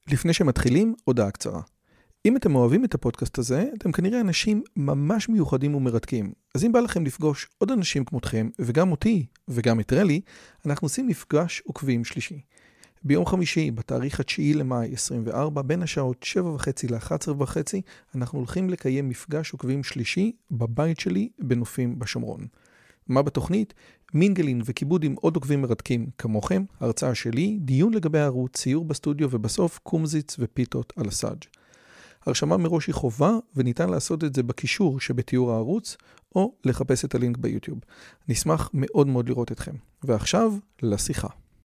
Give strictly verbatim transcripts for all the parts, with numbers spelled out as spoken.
לפני שמתחילים, הודעה קצרה. אם אתם אוהבים את הפודקאסט הזה, אתם כנראה אנשים ממש מיוחדים ומרתקים. אז אם בא לכם לפגוש עוד אנשים כמותכם, וגם אותי, וגם את רלי, אנחנו עושים מפגש עוקבים שלישי. ביום חמישי, בתאריך התשיעי למאי עשרים וארבע, בין השעות שבע וחצי ל-אחת עשרה וחצי, אנחנו הולכים לקיים מפגש עוקבים שלישי בבית שלי בנופים בשומרון. מה בתוכנית? מינגלין וכיבוד עם עוד עוקבים מרתקים כמוכם, הרצאה שלי, דיון לגבי הערוץ, ציור בסטודיו ובסוף קומזיץ ופיתות על הסאג'. הרשמה מראש היא חובה וניתן לעשות את זה בקישור שבתיאור הערוץ או לחפש את הלינק ביוטיוב. נשמח מאוד מאוד לראות אתכם. ועכשיו לשיחה.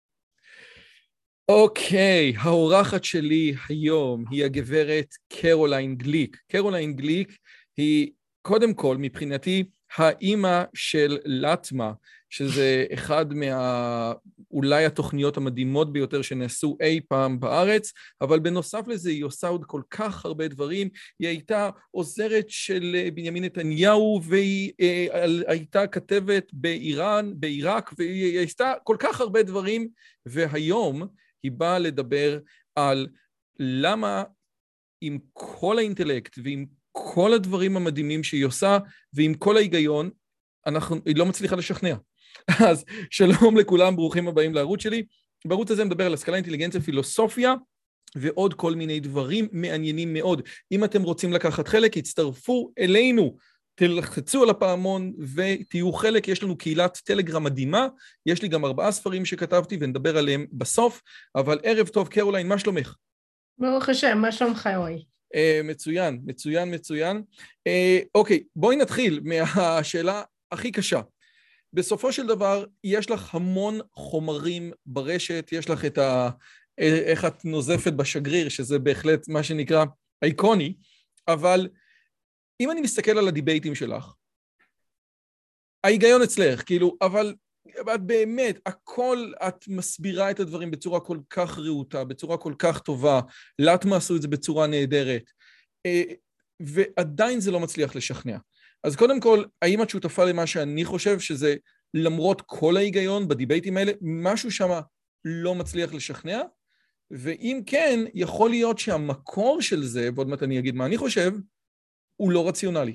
אוקיי, האורחת שלי היום היא הגברת קרוליין גליק. קרוליין גליק היא קודם כל מבחינתי האימא של לטמה, שזה אחד מה אולי התוכניות המדהימות ביותר שנעשו אי פעם בארץ, אבל בנוסף לזה היא עושה עוד כל כך הרבה דברים. היא הייתה עוזרת של בנימין נתניהו, והיא אה, הייתה כתבת באיראן, בעיראק, והיא עשתה כל כך הרבה דברים, והיום היא באה לדבר על למה עם כל האינטלקט ועם כל הדברים המדהימים שהיא עושה, ועם כל ההיגיון, אנחנו, היא לא מצליחה לשכנע. אז שלום לכולם, ברוכים הבאים לערוץ שלי. בערוץ הזה מדבר על השכלה, אינטליגנציה, פילוסופיה, ועוד כל מיני דברים מעניינים מאוד. אם אתם רוצים לקחת חלק, הצטרפו אלינו, תלחצו על הפעמון ותהיו חלק. יש לנו קהילת טלגרם מדהימה, יש לי גם ארבעה ספרים שכתבתי ונדבר עליהם בסוף, אבל ערב טוב קרוליין, מה שלומך? ברוך השם, מה שלומך רועי? Uh, מצוין, מצוין, מצוין. Uh, אוקיי, בואי נתחיל מהשאלה הכי קשה. בסופו של דבר, יש לך המון חומרים ברשת, יש לך את ה... איך את נוזפת בשגריר, שזה בהחלט מה שנקרא אייקוני, אבל אם אני מסתכל על הדיבייטים שלך, ההיגיון אצלך, כאילו, אבל את באמת, הכל, את מסבירה את הדברים בצורה כל כך רעותה, בצורה כל כך טובה, לטמה עשו את זה בצורה נהדרת, ועדיין זה לא מצליח לשכנע. אז קודם כל, האם את שותפה למה שאני חושב שזה למרות כל ההיגיון בדיבייטים האלה, משהו שם לא מצליח לשכנע? ואם כן, יכול להיות שהמקור של זה, ועוד מעט אני אגיד מה אני חושב, הוא לא רציונלי.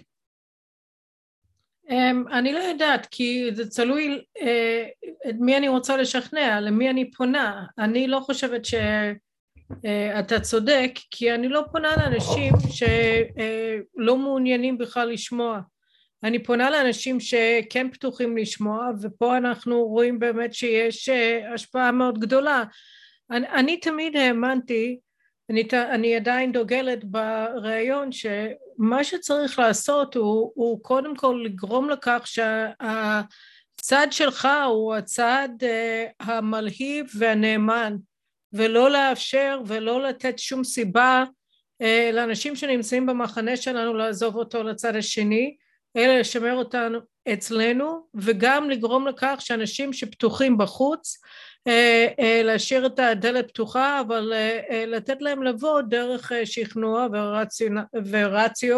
אני לא יודעת, כי זה תלוי את מי אני רוצה לשכנע, למי אני פונה. אני לא חושבת שאתה צודק, כי אני לא פונה לאנשים שלא מעוניינים בכלל לשמוע. אני פונה לאנשים שכן פתוחים לשמוע, ופה אנחנו רואים באמת שיש השפעה מאוד גדולה. אני, אני תמיד האמנתי, אני, אני עדיין דוגלת ברעיון שמה שצריך לעשות הוא, הוא קודם כל לגרום לכך שהצד שלך הוא הצד המלהיב והנאמן, ולא לאפשר ולא לתת שום סיבה לאנשים שנמצאים במחנה שלנו לעזוב אותו לצד השני, אלא לשמר אותנו אצלנו, וגם לגרום לכך שאנשים שפתוחים בחוץ, להשאיר את הדלת פתוחה, אבל לתת להם לבוא דרך שכנוע ורציו,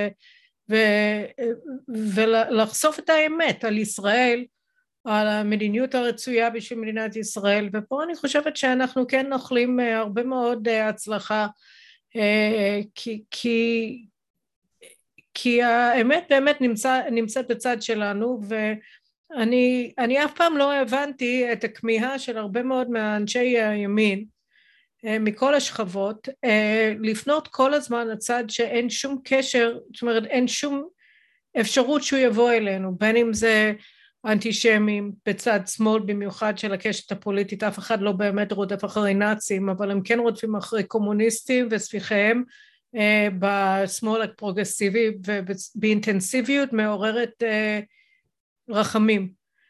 ולחשוף את האמת על ישראל, על המדיניות הרצויה בשביל מדינת ישראל. ופה אני חושבת שאנחנו כן נוכלים הרבה מאוד הצלחה, כי, כי, כי האמת באמת נמצא, נמצאת בצד שלנו, ואני אני אף פעם לא הבנתי את הכמיהה של הרבה מאוד מהאנשי הימין, מכל השכבות, לפנות כל הזמן לצד שאין שום קשר, זאת אומרת אין שום אפשרות שהוא יבוא אלינו, בין אם זה אנטישמים בצד שמאל במיוחד של הקשת הפוליטית. אף אחד לא באמת רודף אחרי נאצים, אבל הם כן רודפים אחרי קומוניסטים וספיחיהם, בשמאל הפרוגרסיבי ובאינטנסיביות מעוררת רחמים.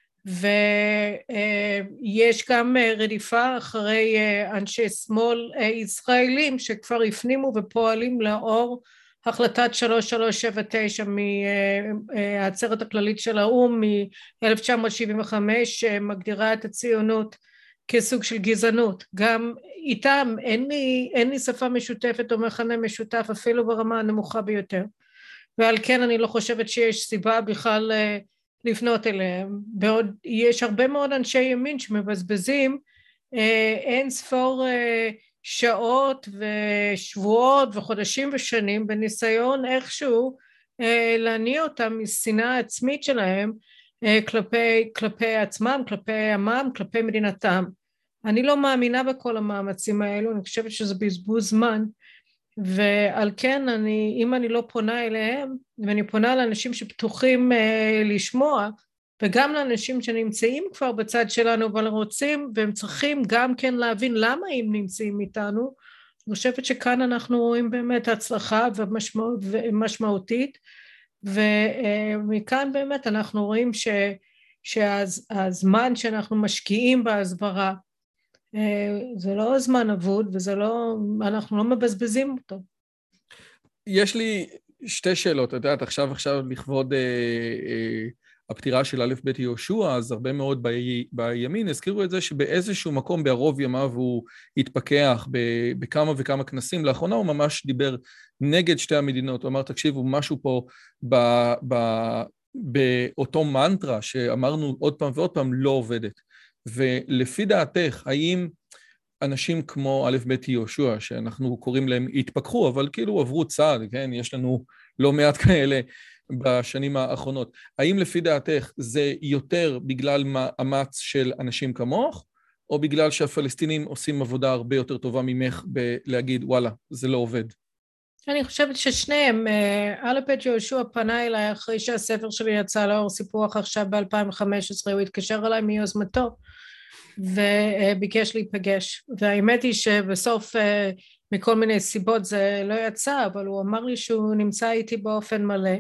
ויש גם רדיפה אחרי אנשי שמאל ישראלים שכבר הפנימו ופועלים לאור החלטת שלוש שלוש שבע תשע מהעצרת הכללית של האו"ם מ-אלף תשע מאות שבעים וחמש, שמגדירה את הציונות כסוג של גזענות. גם איתם אין לי, אין לי שפה משותפת או מכנה משותף אפילו ברמה הנמוכה ביותר, ועל כן אני לא חושבת שיש סיבה בכלל לפנות אליהם. בעוד יש הרבה מאוד אנשי ימין שמבזבזים אין ספור שעות ושבועות וחודשים ושנים בניסיון איכשהו להניע אותם משנאה עצמית שלהם כלפי, כלפי עצמם, כלפי עמם, כלפי מדינתם. אני לא מאמינה בכל המאמצים האלו, אני חושבת שזה בזבוז זמן, ועל כן אני, אם אני לא פונה אליהם, ואני פונה לאנשים שפתוחים אה, לשמוע, וגם לאנשים שנמצאים כבר בצד שלנו, אבל רוצים, והם צריכים גם כן להבין למה הם נמצאים איתנו, אני חושבת שכאן אנחנו רואים באמת הצלחה ומשמעות, ומשמעותית, ומכאן באמת אנחנו רואים ש, שהזמן שאנחנו משקיעים בהסברה, זה לא זמן אבוד, וזה לא, אנחנו לא מבזבזים אותו. יש לי שתי שאלות, את יודעת, עכשיו עכשיו לכבוד אה, אה, הפטירה של א' ב' יהושע, אז הרבה מאוד ב, בימין הזכירו את זה שבאיזשהו מקום בערוב ימיו הוא התפכח בכמה וכמה כנסים. לאחרונה הוא ממש דיבר נגד שתי המדינות, הוא אמר, תקשיבו, משהו פה ב, ב, באותו מנטרה שאמרנו עוד פעם ועוד פעם לא עובדת. ולפי דעתך, האם אנשים כמו א' ב' יהושע, שאנחנו קוראים להם התפכחו, אבל כאילו עברו צעד, כן? יש לנו לא מעט כאלה בשנים האחרונות. האם לפי דעתך זה יותר בגלל מאמץ של אנשים כמוך, או בגלל שהפלסטינים עושים עבודה הרבה יותר טובה ממך בלהגיד, וואלה, זה לא עובד? אני חושבת ששניהם, א' ב' יהושע פנה אליי אחרי שהספר שלי יצא לאור סיפוח עכשיו ב-אלפיים וחמש עשרה, הוא התקשר אליי מיוזמתו, וביקש להיפגש, והאמת היא שבסוף מכל מיני סיבות זה לא יצא, אבל הוא אמר לי שהוא נמצא איתי באופן מלא,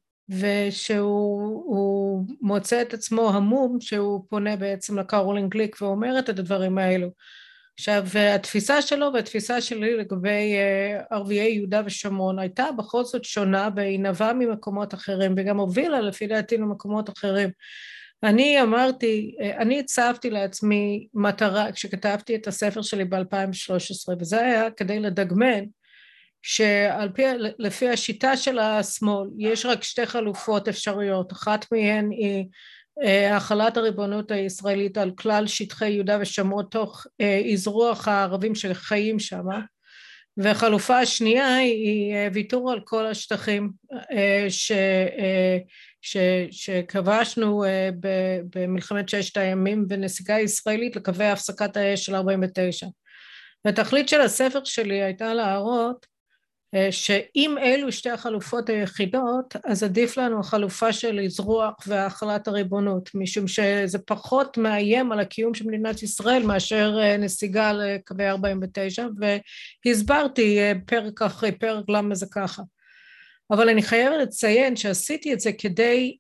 ושהוא מוצא את עצמו המום שהוא פונה בעצם לקרולין גליק ואומר את הדברים האלו. עכשיו התפיסה שלו והתפיסה שלי לגבי ערביי יהודה ושומרון הייתה בכל זאת שונה, והיא נבעה ממקומות אחרים וגם הובילה לפי דעתי למקומות אחרים. אני אמרתי, אני הצבתי לעצמי מטרה כשכתבתי את הספר שלי ב-אלפיים ושלוש עשרה, וזה היה כדי לדגמן שעל פי, לפי השיטה של השמאל יש רק שתי חלופות אפשריות, אחת מהן היא החלת הריבונות הישראלית על כלל שטחי יהודה ושומרון תוך אזרוח הערבים שחיים שם, וחלופה השנייה היא ויתור על כל השטחים ש, ש, שכבשנו במלחמת ששת הימים ונסיגה ישראלית לקווי הפסקת האש של ארבעים ותשע. והתכלית של הספר שלי הייתה להראות שאם אלו שתי החלופות היחידות, אז עדיף לנו החלופה של אזרוח והחלת הריבונות, משום שזה פחות מאיים על הקיום של מדינת ישראל מאשר נסיגה לקווי ארבעים ותשע, והסברתי פרק אחרי פרק למה זה ככה. אבל אני חייבת לציין שעשיתי את זה כדי,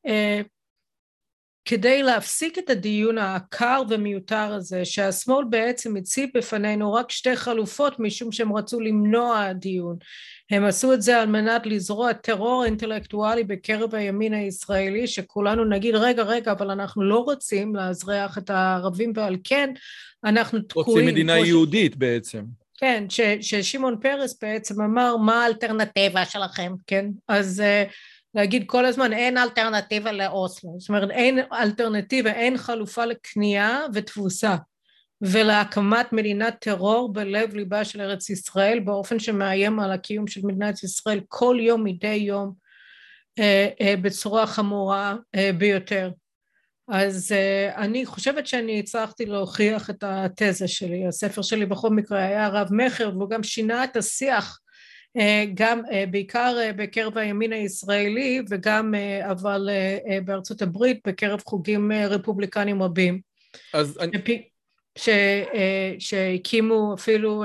כדי להפסיק את הדיון העקר ומיותר הזה, שהשמאל בעצם הציב בפנינו רק שתי חלופות, משום שהם רצו למנוע דיון. הם עשו את זה על מנת לזרוע טרור אינטלקטואלי בקרב הימין הישראלי, שכולנו נגיד, רגע, רגע, אבל אנחנו לא רוצים להזרח את הערבים, ועל כן אנחנו תקועים. רוצים מדינה יהודית ש... בעצם. כן, ש, ששימון פרס בעצם אמר, מה האלטרנטיבה שלכם, כן? אז להגיד כל הזמן, אין אלטרנטיבה לאוסלו, זאת אומרת, אין אלטרנטיבה, אין חלופה לקנייה ותבוסה. ולהקמת מדינת טרור בלב ליבה של ארץ ישראל, באופן שמאיים על הקיום של מדינת ישראל כל יום מדי יום, בצורה חמורה ביותר. אז אני חושבת שאני הצלחתי להוכיח את התזה שלי. הספר שלי בכל מקרה היה רב מחר, והוא גם שינה את השיח, גם בעיקר בקרב הימין הישראלי, וגם אבל בארצות הברית בקרב חוגים רפובליקנים רבים. אז אני... ש, שהקימו אפילו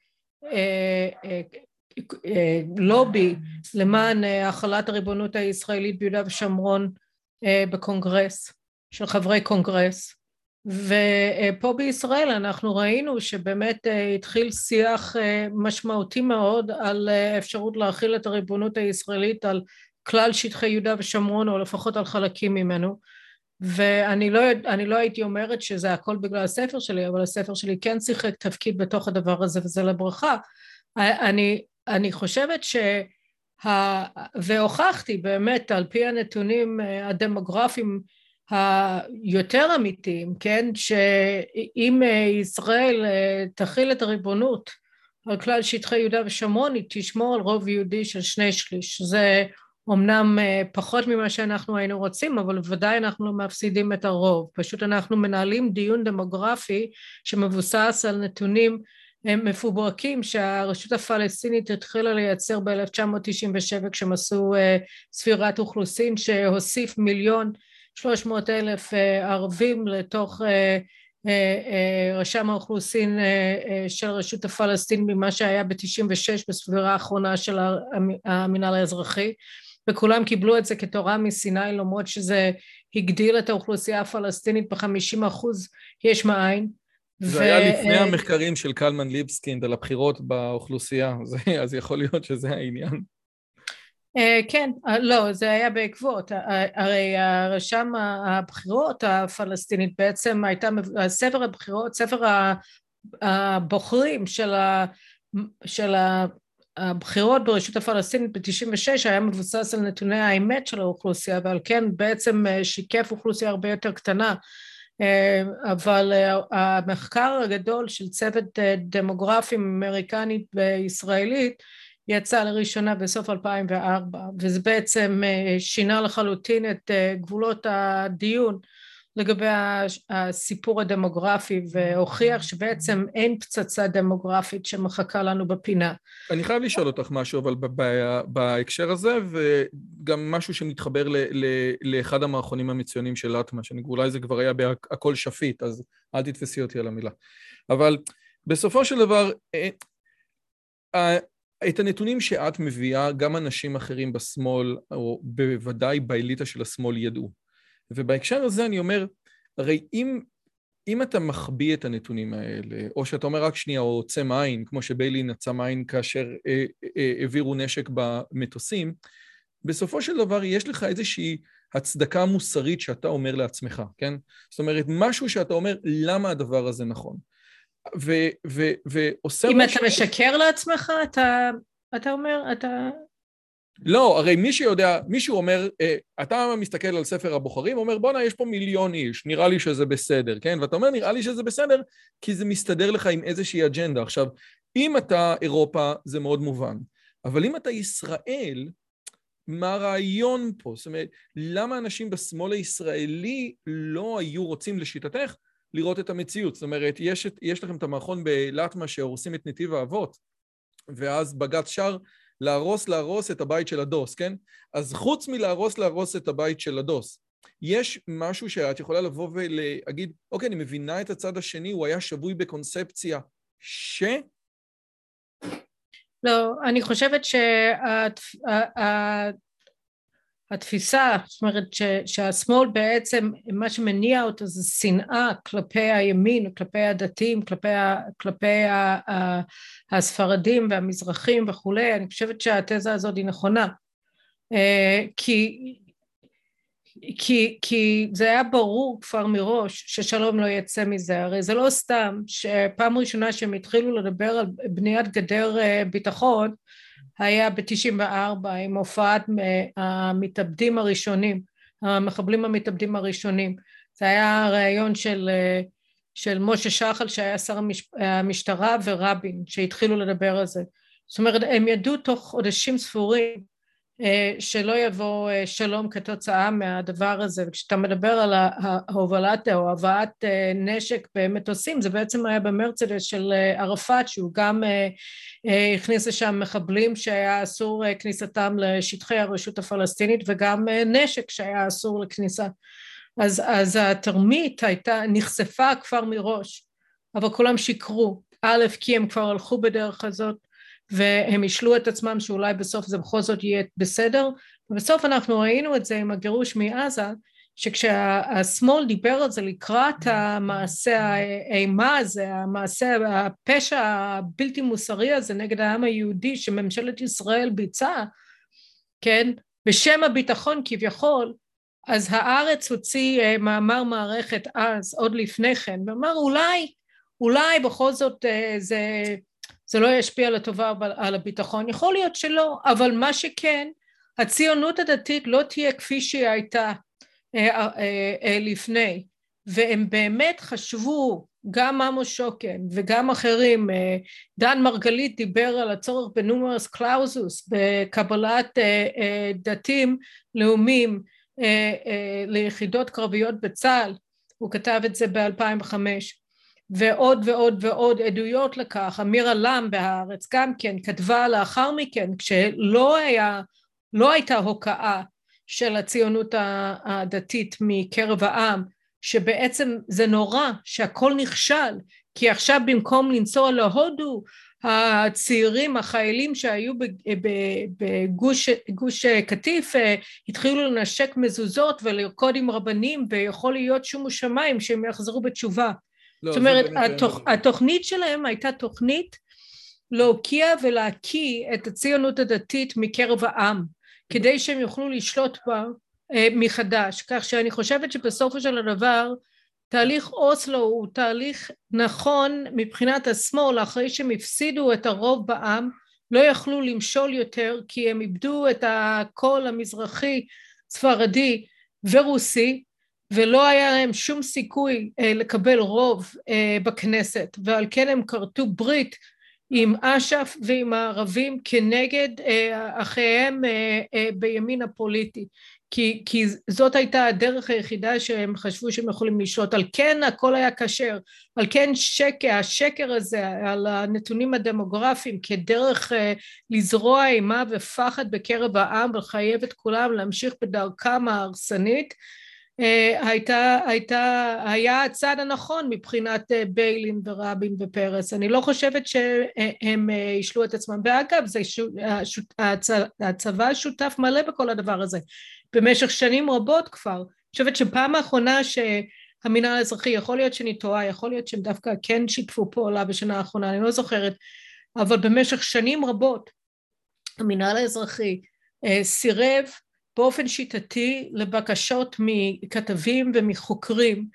לובי למען החלת הריבונות הישראלית ביהודה ושומרון בקונגרס, של חברי קונגרס. ופה בישראל אנחנו ראינו שבאמת התחיל שיח משמעותי מאוד על אפשרות להחיל את הריבונות הישראלית על כלל שטחי יהודה ושומרון, או לפחות על חלקים ממנו. ואני לא, אני לא הייתי אומרת שזה הכל בגלל הספר שלי, אבל הספר שלי כן שיחק תפקיד בתוך הדבר הזה, וזה לברכה. אני, אני חושבת שה... והוכחתי באמת על פי הנתונים הדמוגרפיים היותר אמיתיים, כן, שאם ישראל תחיל את הריבונות על כלל שטחי יהודה ושומרון, היא תשמור על רוב יהודי של שני שליש. זה אמנם פחות ממה שאנחנו היינו רוצים, אבל ודאי אנחנו לא מפסידים את הרוב. פשוט אנחנו מנהלים דיון דמוגרפי שמבוסס על נתונים מפוברקים שהרשות הפלסטינית התחילה לייצר ב-אלף תשע מאות תשעים ושבע כשהם עשו ספירת אוכלוסין שהוסיף מיליון שלוש מאות אלף ערבים לתוך רשם האוכלוסין של הרשות הפלסטינית ממה שהיה ב-תשעים ושש בספירה האחרונה של המינהל האזרחי, וכולם קיבלו את זה כתורה מסיני למרות שזה הגדיל את האוכלוסייה הפלסטינית ב-חמישים אחוז יש מאין. זה ו... היה לפני המחקרים של קלמן ליבסקינד על הבחירות באוכלוסייה, אז יכול להיות שזה העניין. כן, לא, זה היה בעקבות, הרי רשם הבחירות הפלסטינית בעצם הייתה, ספר הבחירות, ספר הבוחרים של, ה, של הבחירות ברשות הפלסטינית ב-תשעים ושש היה מבוסס על נתוני האמת של האוכלוסייה, ועל כן בעצם שיקף אוכלוסייה הרבה יותר קטנה, אבל המחקר הגדול של צוות דמוגרפים אמריקנית וישראלית יצא לראשונה בסוף אלפיים וארבע, וזה בעצם שינה לחלוטין את גבולות הדיון לגבי הסיפור הדמוגרפי, והוכיח שבעצם אין פצצה דמוגרפית שמחכה לנו בפינה. אני חייב לשאול אותך משהו, אבל בהקשר הזה, וגם משהו שמתחבר לאחד המערכונים המצוינים של לטמה, שאולי זה כבר היה בהכל שפיט, אז אל תתפסי אותי על המילה. אבל בסופו של דבר, את הנתונים שאת מביאה, גם אנשים אחרים בשמאל, או בוודאי באליטה של השמאל ידעו. ובהקשר הזה אני אומר, הרי אם, אם אתה מחביא את הנתונים האלה, או שאתה אומר רק שנייה, או עוצם עין, כמו שביילין עצם עין כאשר אה, אה, העבירו נשק במטוסים, בסופו של דבר יש לך איזושהי הצדקה מוסרית שאתה אומר לעצמך, כן? זאת אומרת, משהו שאתה אומר, למה הדבר הזה נכון? ו- ו- ועושה... אם אתה משקר לעצמך, אתה, אתה אומר, אתה... לא, הרי מי שיודע, מישהו אומר, אתה מסתכל על ספר הבוחרים, אומר, בוא נה, יש פה מיליון איש, נראה לי שזה בסדר, כן? ואתה אומר, נראה לי שזה בסדר, כי זה מסתדר לך עם איזושהי אג'נדה. עכשיו, אם אתה אירופה, זה מאוד מובן. אבל אם אתה ישראל, מה הרעיון פה? זאת אומרת, למה אנשים בשמאל הישראלי לא היו רוצים לשיטתך לראות את המציאות? זאת אומרת, יש, יש לכם את המערכון בלטמה שהורסים את נתיב האבות, ואז בג"ץ שר להרוס, להרוס את הבית של הדוס, כן? אז חוץ מלהרוס, להרוס את הבית של הדוס, יש משהו שאת יכולה לבוא ולהגיד, אוקיי, אני מבינה את הצד השני, הוא היה שבוי בקונספציה ש... לא, אני חושבת שהתפיסה, זאת אומרת שהשמאל בעצם, מה שמניע אותו זה שנאה כלפי הימין, כלפי הדתיים, כלפי, כלפי הספרדים והמזרחים וכולי, אני חושבת שהתזה הזאת היא נכונה, כי, כי, כי זה היה ברור כבר מראש ששלום לא יצא מזה, הרי זה לא סתם שפעם ראשונה שהם התחילו לדבר על בניית גדר ביטחון, היה ב-תשעים וארבע עם הופעת המתאבדים הראשונים, המחבלים המתאבדים הראשונים, זה היה רעיון של, של משה שחל שהיה שר המשטרה ורבין שהתחילו לדבר על זה, זאת אומרת הם ידעו תוך חודשים ספורים שלא יבוא שלום כתוצאה מהדבר הזה, וכשאתה מדבר על ההובלת או הבאת נשק במטוסים, זה בעצם היה במרצדס של ערפאת, שהוא גם הכניס לשם מחבלים שהיה אסור כניסתם לשטחי הרשות הפלסטינית, וגם נשק שהיה אסור לכניסה, אז, אז התרמית הייתה, נחשפה כבר מראש, אבל כולם שיקרו, א' כי הם כבר הלכו בדרך הזאת, והם ישלו את עצמם שאולי בסוף זה בכל זאת יהיה בסדר, ובסוף אנחנו ראינו את זה עם הגירוש מעזה, שכשהשמאל דיבר על זה לקראת המעשה האימה הזה, המעשה, הפשע הבלתי מוסרי הזה נגד העם היהודי שממשלת ישראל ביצעה, כן, בשם הביטחון כביכול, אז הארץ הוציא מאמר מערכת אז, עוד לפני כן, ואמר אולי, אולי בכל זאת זה... זה לא ישפיע לטובה על הביטחון, יכול להיות שלא, אבל מה שכן, הציונות הדתית לא תהיה כפי שהיא הייתה לפני, והם באמת חשבו גם עמוס שוקן וגם אחרים, דן מרגלית דיבר על הצורך בנומרס קלאוזוס, בקבלת דתיים לאומיים ליחידות קרביות בצה"ל, הוא כתב את זה ב-אלפיים וחמש, ועוד ועוד ועוד עדויות לכך. אמירה לם בהארץ גם כן כתבה לאחר מכן, כשלא היה, לא הייתה הוקעה של הציונות הדתית מקרב העם, שבעצם זה נורא שהכל נכשל, כי עכשיו במקום לנסוע להודו, הצעירים, החיילים שהיו בגוש גוש קטיף, התחילו לנשק מזוזות ולרקוד עם רבנים, ויכול להיות שומו שמיים שהם יחזרו בתשובה. לא, זאת אומרת, התוכ... התוכנית שלהם הייתה תוכנית להוקיע ולהקיא את הציונות הדתית מקרב העם, כדי שהם יוכלו לשלוט בה מחדש. כך שאני חושבת שבסופו של הדבר, תהליך אוסלו הוא תהליך נכון מבחינת השמאל, אחרי שהם הפסידו את הרוב בעם, לא יכלו למשול יותר, כי הם איבדו את הקול המזרחי, ספרדי ורוסי, ולא היה להם שום סיכוי לקבל רוב בכנסת, ועל כן הם כרתו ברית עם אש"ף ועם הערבים כנגד אחיהם בימין הפוליטי. כי, כי זאת הייתה הדרך היחידה שהם חשבו שהם יכולים לשלוט. על כן הכל היה כשר, על כן שקר, השקר הזה על הנתונים הדמוגרפיים כדרך uh, לזרוע אימה ופחד בקרב העם ולחייב את כולם להמשיך בדרכם ההרסנית, uh, הייתה, הייתה, היה הצעד הנכון מבחינת uh, ביילין ורבין ופרס. אני לא חושבת שהם uh, ישלו את עצמם. ואגב, זה ש... הצ... הצבא שותף מלא בכל הדבר הזה. במשך שנים רבות כבר. אני חושבת שפעם האחרונה שהמינהל האזרחי, יכול להיות שאני טועה, יכול להיות שהם דווקא כן שיתפו פעולה בשנה האחרונה, אני לא זוכרת, אבל במשך שנים רבות, המינהל האזרחי סירב באופן שיטתי לבקשות מכתבים ומחוקרים,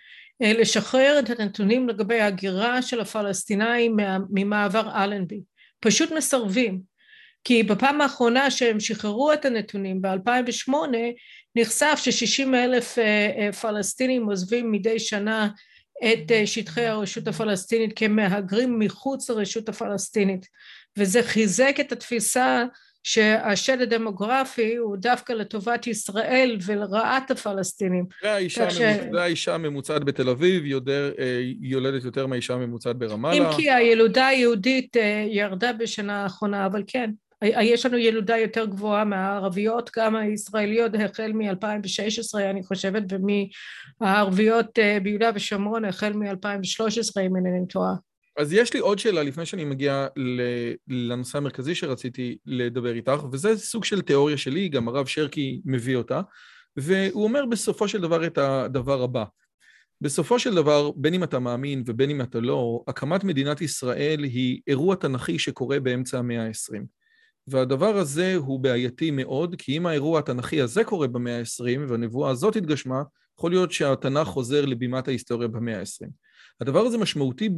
לשחרר את הנתונים לגבי ההגירה של הפלסטינאים ממעבר אלנבי. פשוט מסרבים. כי בפעם האחרונה שהם שחררו את הנתונים ב-אלפיים ושמונה, נחשף ש-שישים אלף פלסטינים עוזבים מדי שנה את שטחי הרשות הפלסטינית כמהגרים מחוץ לרשות הפלסטינית, וזה חיזק את התפיסה שהשד הדמוגרפי הוא דווקא לטובת ישראל ולרעת הפלסטינים. והאישה הממוצעת בתל אביב יולדת יותר מהאישה הממוצעת ברמאללה. אם כי הילודה היהודית ירדה בשנה האחרונה, אבל כן. יש לנו ילודה יותר גבוהה מהערביות, גם הישראליות החל מ-אלפיים ושש עשרה אני חושבת, ומהערביות ביהודה ושומרון החל מ-אלפיים ושלוש עשרה אם אינני טועה. אז יש לי עוד שאלה לפני שאני מגיע לנושא המרכזי שרציתי לדבר איתך, וזה סוג של תיאוריה שלי, גם הרב שרקי מביא אותה, והוא אומר בסופו של דבר את הדבר הבא. בסופו של דבר, בין אם אתה מאמין ובין אם אתה לא, הקמת מדינת ישראל היא אירוע תנכי שקורה באמצע המאה ה-עשרים. והדבר הזה הוא בעייתי מאוד, כי אם האירוע התנכי הזה קורה במאה ה-עשרים, והנבואה הזאת התגשמה, יכול להיות שהתנ"ך חוזר לבימת ההיסטוריה במאה ה-עשרים. הדבר הזה משמעותי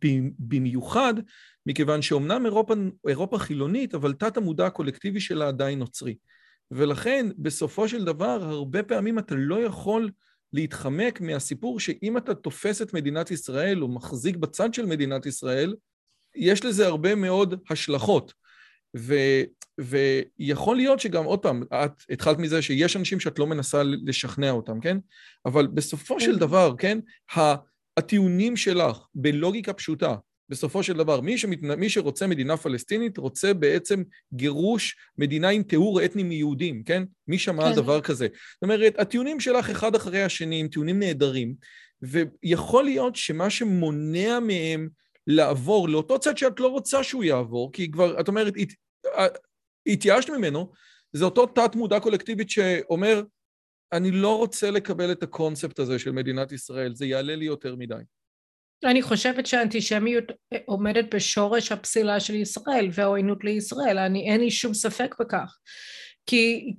במיוחד, מכיוון שאומנם אירופה, אירופה חילונית, אבל תת המודע הקולקטיבי שלה עדיין נוצרי. ולכן, בסופו של דבר, הרבה פעמים אתה לא יכול להתחמק מהסיפור שאם אתה תופס את מדינת ישראל, או מחזיק בצד של מדינת ישראל, יש לזה הרבה מאוד השלכות. ו, ויכול להיות שגם, עוד פעם, את התחלת מזה שיש אנשים שאת לא מנסה לשכנע אותם, כן? אבל בסופו של דבר, כן? הטיעונים שלך בלוגיקה פשוטה, בסופו של דבר, מי, שמת, מי שרוצה מדינה פלסטינית, רוצה בעצם גירוש מדינה עם תיאור אתני מיהודים, כן? מי שמע על דבר כזה? זאת אומרת, הטיעונים שלך אחד אחרי השני הם טיעונים נהדרים, ויכול להיות שמה שמונע מהם לעבור לאותו צד שאת לא רוצה שהוא יעבור, כי כבר, את אומרת, התייאשת ממנו, זה אותו תת מודע קולקטיבית שאומר, אני לא רוצה לקבל את הקונספט הזה של מדינת ישראל, זה יעלה לי יותר מדי. אני חושבת שהאנטישמיות עומדת בשורש הפסילה של ישראל, והעוינות לישראל, אני, אין לי שום ספק בכך, כי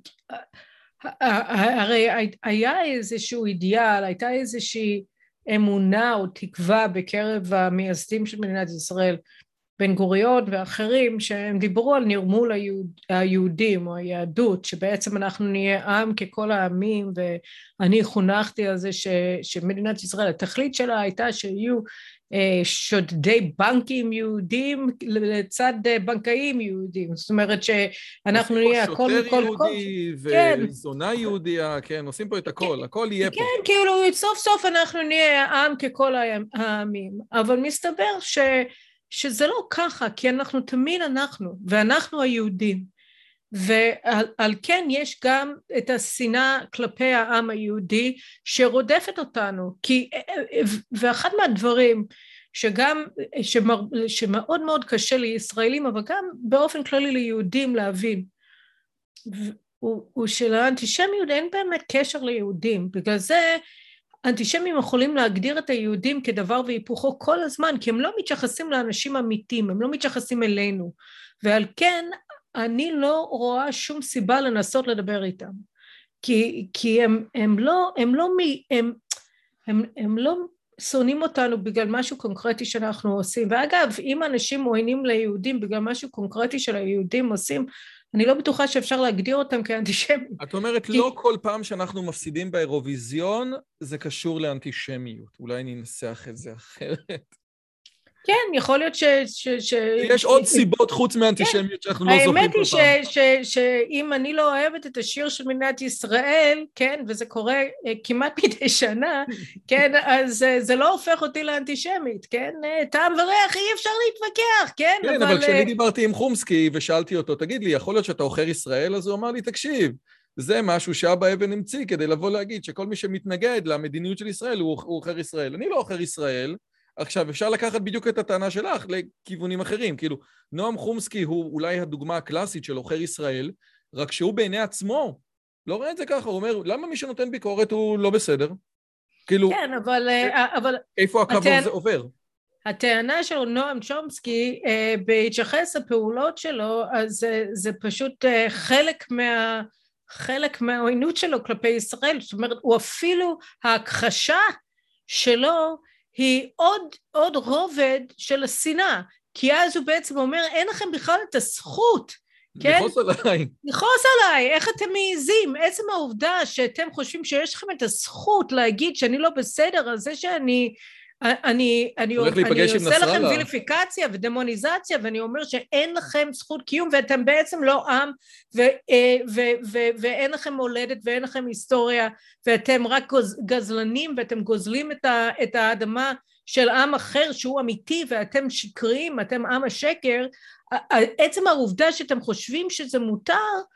הרי היה איזשהו אידיאל, הייתה איזושהי אמונה או תקווה בקרב המייסדים של מדינת ישראל, בן גוריון ואחרים, שהם דיברו על נרמול היהוד, היהודים או היהדות, שבעצם אנחנו נהיה עם ככל העמים, ואני חונכתי על זה ש, שמדינת ישראל, התכלית שלה הייתה שיהיו שודדי בנקים יהודים לצד בנקאים יהודים, זאת אומרת שאנחנו נהיה הכל שוטר מכל יהודי וזונה יהודיה, כן, עושים פה את הכל, הכל יהיה פה. כן, כאילו סוף סוף אנחנו נהיה העם ככל העמים, אבל מסתבר ש, שזה לא ככה, כי אנחנו תמיד אנחנו, ואנחנו היהודים. ועל כן יש גם את השנאה כלפי העם היהודי שרודפת אותנו, כי, ואחד מהדברים שגם, שמר, שמאוד מאוד קשה לישראלים, אבל גם באופן כללי ליהודים להבין, הוא, הוא שלאנטישמיות אין באמת קשר ליהודים, בגלל זה אנטישמים יכולים להגדיר את היהודים כדבר והיפוכו כל הזמן, כי הם לא מתייחסים לאנשים אמיתיים, הם לא מתייחסים אלינו, ועל כן אני לא רואה שום סיבה לנסות לדבר איתם, כי, כי הם, הם לא, הם לא, הם, הם, הם לא שונאים אותנו בגלל משהו קונקרטי שאנחנו עושים, ואגב, אם אנשים מועינים ליהודים בגלל משהו קונקרטי של היהודים עושים, אני לא בטוחה שאפשר להגדיר אותם כאנטישמים. את אומרת, כי... לא כל פעם שאנחנו מפסידים באירוויזיון, זה קשור לאנטישמיות. אולי ננסח את זה אחרת. כן, יכול להיות ש... ש, ש יש עוד סיבות חוץ מאנטישמיות שאנחנו לא זוכרים כל פעם. האמת היא שאם אני לא אוהבת את השיר של מדינת ישראל, כן, וזה קורה כמעט מדי שנה, כן, אז זה לא הופך אותי לאנטישמית, כן, טעם וריח אי אפשר להתווכח, כן, כן, אבל כשאני דיברתי עם חומסקי ושאלתי אותו, תגיד לי, יכול להיות שאתה עוכר ישראל? אז הוא אמר לי, תקשיב, זה משהו שאבא אבן המציא כדי לבוא להגיד שכל מי שמתנגד למדיניות של ישראל הוא עוכר ישראל. אני לא עוכר ישראל. עכשיו, אפשר לקחת בדיוק את הטענה שלך לכיוונים אחרים, כאילו, נועם חומסקי הוא אולי הדוגמה הקלאסית של עוכר ישראל, רק שהוא בעיני עצמו לא רואה את זה ככה, הוא אומר, למה מי שנותן ביקורת הוא לא בסדר? כאילו, כן, אבל... אבל איפה הקו הטענ... הזה עובר? הטענה של נועם צ'ומסקי, בהתייחס לפעולות שלו, אז זה פשוט חלק מה... חלק מהעוינות שלו כלפי ישראל, זאת אומרת, הוא אפילו ההכחשה שלו, היא עוד, עוד רובד של השנאה, כי אז הוא בעצם אומר, אין לכם בכלל את הזכות, כן? לכעוס עליי. לכעוס עליי, איך אתם מעיזים? עצם העובדה שאתם חושבים שיש לכם את הזכות להגיד שאני לא בסדר, אז זה שאני, אני, אני, אני עושה לכם ויליפיקציה ודמוניזציה, ואני אומר שאין לכם זכות קיום, ואתם בעצם לא עם, ו, ו, ו, ואין לכם מולדת, ואין לכם היסטוריה, ואתם רק גזלנים, ואתם גוזלים את, ה, את האדמה של עם אחר שהוא אמיתי, ואתם שקרים, אתם עם השקר, עצם העובדה שאתם חושבים שזה מותר,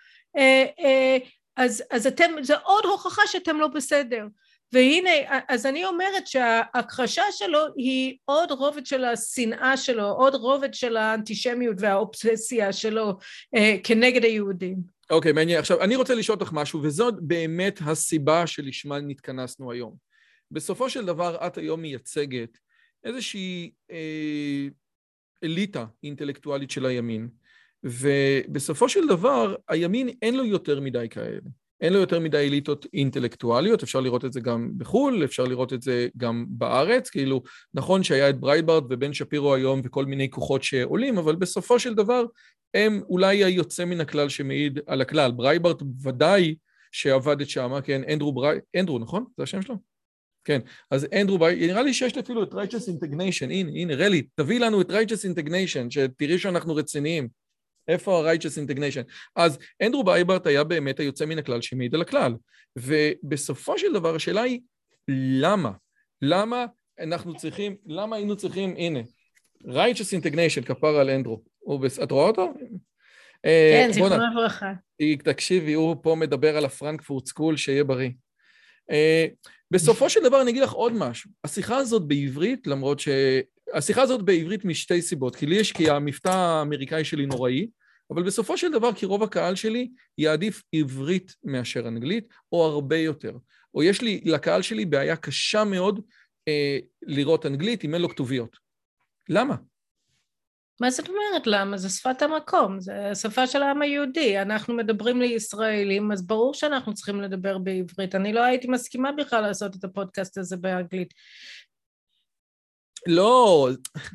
אז, אז אתם, זה עוד הוכחה שאתם לא בסדר. והנה, אז אני אומרת שההכחשה שלו היא עוד רובד של השנאה שלו, עוד רובד של האנטישמיות והאובססיה שלו אה, כנגד היהודים. אוקיי, okay, מעניין. עכשיו, אני רוצה לשאול אותך משהו, וזאת באמת הסיבה שלשמה נתכנסנו היום. בסופו של דבר, את היום מייצגת איזושהי אה, אליטה אינטלקטואלית של הימין, ובסופו של דבר, הימין אין לו יותר מדי כאלה. אין לו יותר מדי אליטות אינטלקטואליות, אפשר לראות את זה גם בחול, אפשר לראות את זה גם בארץ, כאילו נכון שהיה את ברייטברט ובן שפירו היום וכל מיני כוחות שעולים, אבל בסופו של דבר הם אולי היוצא מן הכלל שמעיד על הכלל. ברייטברט ודאי שעבד שם, כן, אנדרו ברי... אנדרו, נכון? זה השם שלו? כן, אז אנדרו ברי... נראה לי שיש אפילו את righteous indignation, הנה, הנה, רלי, תביא לנו את righteous indignation, שתראי שאנחנו רציניים. איפה ה-righteous indignation? אז אנדרו ברייטברט היה באמת היוצא מן הכלל שמעיד על הכלל. ובסופו של דבר השאלה היא, למה? למה אנחנו צריכים, למה היינו צריכים, הנה, righteous indignation, כפר על אנדרו. את רואה אותו? כן, זכרונו לברכה. תקשיבי, הוא פה מדבר על הפרנקפורט סקול, שיהיה בריא. בסופו של דבר אני אגיד לך עוד משהו. השיחה הזאת בעברית, למרות ש... השיחה הזאת בעברית משתי סיבות, כי לי יש, כי המבטא האמריקאי שלי נוראי, אבל בסופו של דבר, כי רוב הקהל שלי יעדיף עברית מאשר אנגלית, או הרבה יותר. או יש לי, לקהל שלי בעיה קשה מאוד אה, לראות אנגלית, אם אין לו כתוביות. למה? מה זאת אומרת למה? זה שפת המקום, זה השפה של העם היהודי, אנחנו מדברים לישראלים, אז ברור שאנחנו צריכים לדבר בעברית, אני לא הייתי מסכימה בכלל לעשות את הפודקאסט הזה באנגלית. לא,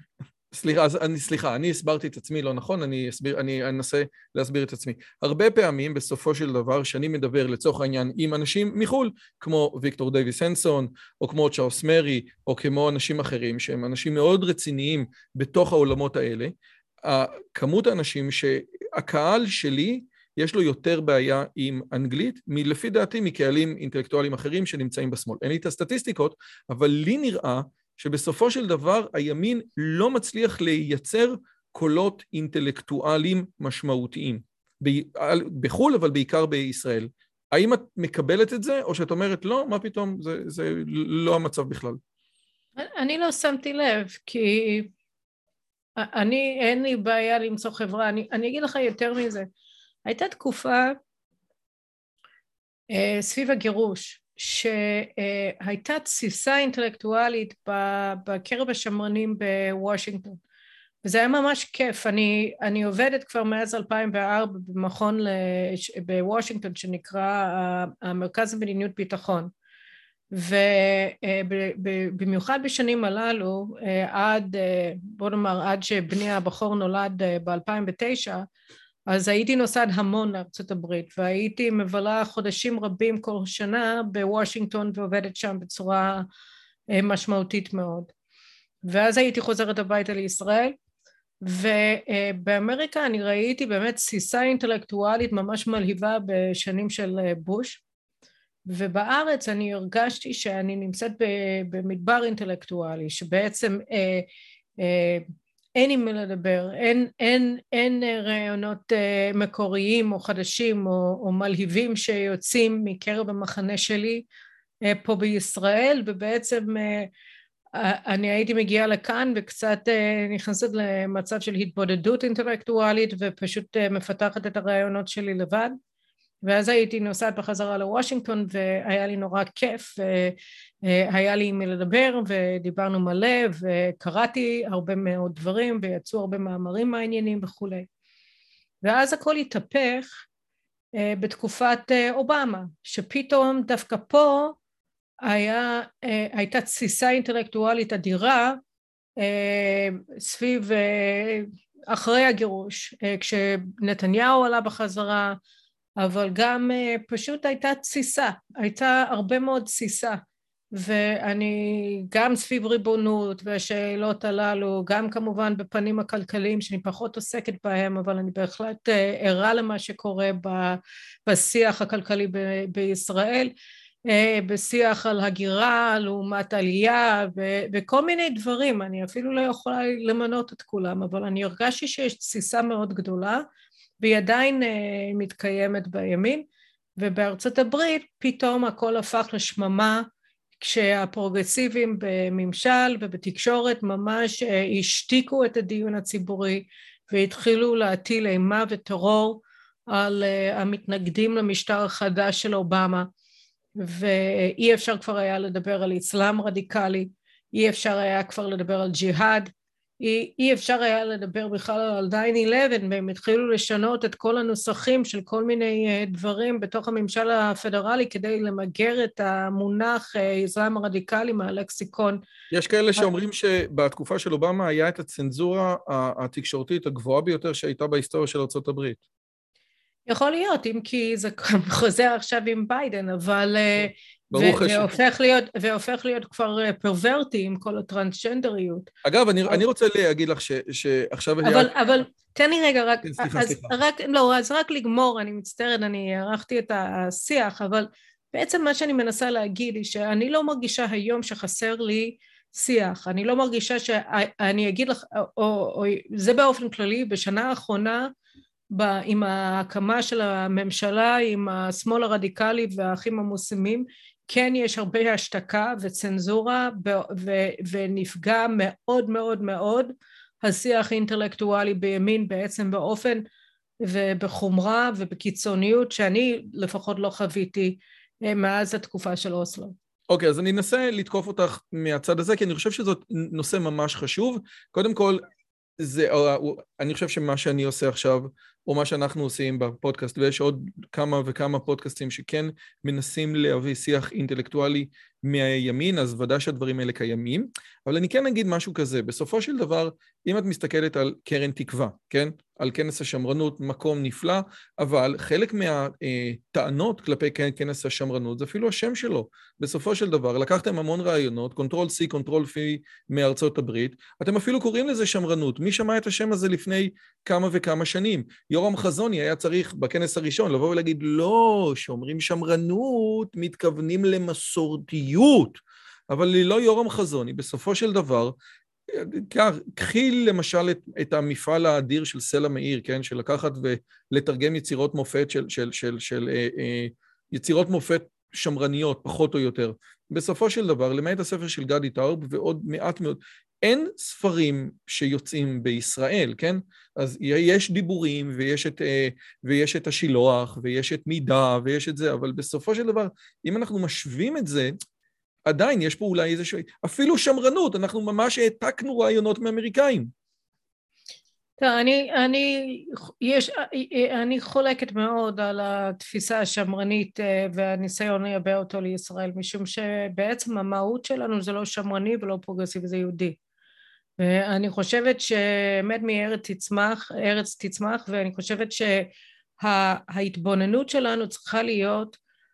סליחה, אז אני, סליחה, אני הסברתי את עצמי לא נכון, אני אסביר, אני אנסה להסביר את עצמי. הרבה פעמים, בסופו של דבר, שאני מדבר לצורך העניין עם אנשים מחול, כמו ויקטור דייוויס הנסון, או כמו צ'ארלס מרי, או כמו אנשים אחרים, שהם אנשים מאוד רציניים בתוך העולמות האלה, כמות האנשים שהקהל שלי, יש לו יותר בעיה עם אנגלית, מלפי דעתי מקהלים אינטלקטואלים אחרים שנמצאים בשמאל. אין לי את הסטטיסטיקות, אבל לי נראה שבסופו של דבר הימין לא מצליח לייצר קולות אינטלקטואליים משמעותיים. בחול, אבל בעיקר בישראל. האם את מקבלת את זה, או שאת אומרת לא, מה פתאום, זה, זה לא המצב בכלל? אני לא שמתי לב, כי אני, אין לי בעיה למצוא חברה. אני, אני אגיד לך יותר מזה. הייתה תקופה אה, סביב הגירוש, שהייתה תסיסה אינטלקטואלית בקרב השמרנים בוושינגטון, וזה היה ממש כיף. אני, אני עובדת כבר מאז אלפיים וארבע במכון בוושינגטון שנקרא המרכז למדיניות ביטחון, ובמיוחד בשנים הללו, עד, בוא נאמר, עד שבני הבכור נולד ב-אלפיים ותשע, אז הייתי נוסעת המון לארצות הברית, והייתי מבלה חודשים רבים כל שנה בוושינגטון ועובדת שם בצורה משמעותית מאוד. ואז הייתי חוזרת הביתה לישראל, ובאמריקה אני ראיתי באמת תסיסה אינטלקטואלית ממש מלהיבה בשנים של בוש, ובארץ אני הרגשתי שאני נמצאת במדבר אינטלקטואלי, שבעצם אה, אה, אין עם מי לדבר, אין, אין, אין רעיונות uh, מקוריים או חדשים או, או מלהיבים שיוצאים מקרב המחנה שלי uh, פה בישראל, ובעצם uh, אני הייתי מגיעה לכאן וקצת uh, נכנסת למצב של התבודדות אינטלקטואלית ופשוט uh, מפתחת את הרעיונות שלי לבד, ואז הייתי נוסעת בחזרה לוושינגטון והיה לי נורא כיף, היה לי עם מי לדבר ודיברנו מלא וקראתי הרבה מאוד דברים ויצאו הרבה מאמרים מעניינים וכולי. ואז הכל התהפך בתקופת אובמה, שפתאום דווקא פה היה, הייתה תסיסה אינטלקטואלית אדירה סביב אחרי הגירוש, כשנתניהו עלה בחזרה, אבל גם פשוט הייתה תסיסה, הייתה הרבה מאוד תסיסה, ואני גם סביב ריבונות והשאלות הללו, גם כמובן בפנים הכלכליים שאני פחות עוסקת בהם, אבל אני בהחלט ערה למה שקורה בשיח הכלכלי ב- בישראל, בשיח על הגירה לעומת עלייה וכל מיני דברים. אני אפילו לא יכולה למנות את כולם, אבל אני הרגשתי שיש תסיסה מאוד גדולה, והיא עדיין uh, מתקיימת בימין, ובארצות הברית פתאום הכל הפך לשממה, כשהפרוגרסיבים בממשל ובתקשורת ממש uh, השתיקו את הדיון הציבורי, והתחילו להטיל אימה וטרור על uh, המתנגדים למשטר החדש של אובמה, ואי אפשר כבר היה לדבר על אסלאם רדיקלי, אי אפשר היה כבר לדבר על ג'יהאד, אי, אי אפשר היה לדבר בכלל על ניין אלבן, והם התחילו לשנות את כל הנוסחים של כל מיני דברים בתוך הממשל הפדרלי, כדי למגר את המונח אסלאם הרדיקלי מהלקסיקון. יש כאלה שאומרים שבתקופה של אובמה היה את הצנזורה התקשורתית הגבוהה ביותר שהייתה בהיסטוריה של ארצות הברית. יכול להיות, אם כי זה חוזר עכשיו עם ביידן, אבל... ברוך השם. והופך להיות, והופך להיות כבר פרוורטי עם כל הטרנסג'נדריות. אגב, אני, אני רוצה להגיד לך ש, שעכשיו... אבל, היה... אבל תן לי רגע, רק, סליחה, אז, סליחה. רק, לא, אז רק לגמור, אני מצטערת, אני ערכתי את השיח, אבל בעצם מה שאני מנסה להגיד היא שאני לא מרגישה היום שחסר לי שיח, אני לא מרגישה שאני אגיד לך, או, או, זה באופן כללי, בשנה האחרונה, עם ההקמה של הממשלה, עם השמאל הרדיקלי והאחים המוסלמים, כן יש הרבה השתקה וצנזורה, ונפגע מאוד מאוד מאוד השיח האינטלקטואלי בימין בעצם באופן ובחומרה ובקיצוניות שאני לפחות לא חוויתי מאז התקופה של אוסלו. אוקיי, okay, אז אני אנסה לתקוף אותך מהצד הזה, כי אני חושב שזאת נושא ממש חשוב. קודם כל, זה, אני חושב שמה שאני עושה עכשיו, או מה שאנחנו עושים בפודקאסט, ויש עוד כמה וכמה פודקאסטים שכן מנסים להביא שיח אינטלקטואלי מהימין, אז ודאי שהדברים האלה קיימים, אבל אני כן אגיד משהו כזה, בסופו של דבר, אם את מסתכלת על קרן תקווה, כן? על כנס השמרנות, מקום נפלא, אבל חלק מהטענות כלפי כנס השמרנות, זה אפילו השם שלו. בסופו של דבר, לקחתם המון רעיונות, קונטרול C, קונטרול F מארצות הברית, אתם אפילו קוראים לזה שמרנות. מי שמע את השם הזה לפני כמה וכמה שנים? יורם חזוני היה צריך בכנס הראשון לבוא ולהגיד, לא, שאומרים שמרנות, מתכוונים למסורתיות, אבל לא יורם חזוני. בסופו של דבר, קחי למשל את, את המפעל האדיר של סלע מאיר, כן? של לקחת ולתרגם יצירות מופת של, של, של, של אה, אה, יצירות מופת שמרניות, פחות או יותר. בסופו של דבר, למעט הספר של גדי טאוב ועוד מעט מאוד, אין ספרים שיוצאים בישראל, כן? אז יש דיבורים ויש את, אה, ויש את השילוח ויש את מידה ויש את זה, אבל בסופו של דבר, אם אנחנו משווים את זה, עדיין יש פה אולי איזושהי, אפילו שמרנות, אנחנו ממש העתקנו רעיונות מאמריקאים. אני, אני, יש, אני חולקת מאוד על התפיסה השמרנית והניסיון לייבא אותו לישראל, משום שבעצם המהות שלנו זה לא שמרני ולא פרוגרסיבי, זה יהודי. ואני חושבת שבאמת מארץ תצמח, ארץ תצמח, ואני חושבת שההתבוננות שלנו צריכה להיות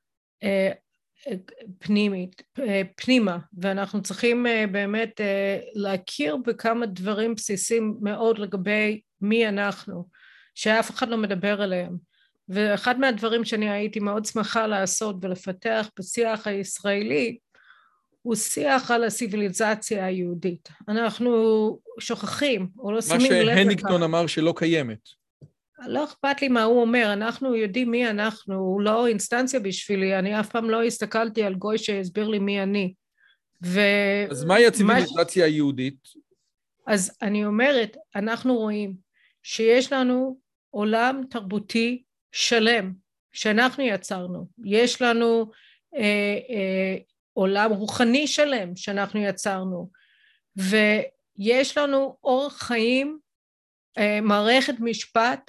פנימית, פנימה, ואנחנו צריכים באמת להכיר בכמה דברים בסיסיים מאוד לגבי מי אנחנו, שאף אחד לא מדבר עליהם. ואחד מהדברים שאני הייתי מאוד שמחה לעשות ולפתח בשיח הישראלי, הוא שיח על הסיביליזציה היהודית. אנחנו שוכחים, או לא שמים לב לכך. מה שהניקטון אמר שלא קיימת. לא אכפת לי מה הוא אומר, אנחנו יודעים מי אנחנו, הוא לא אינסטנציה בשבילי, אני אף פעם לא הסתכלתי על גוי שהסביר לי מי אני. ו... אז מהי הציביליזציה היהודית? אז אני אומרת, אנחנו רואים שיש לנו עולם תרבותי שלם, שאנחנו יצרנו. יש לנו אה, אה, עולם רוחני שלם שאנחנו יצרנו, ויש לנו אורח חיים, אה, מערכת משפט,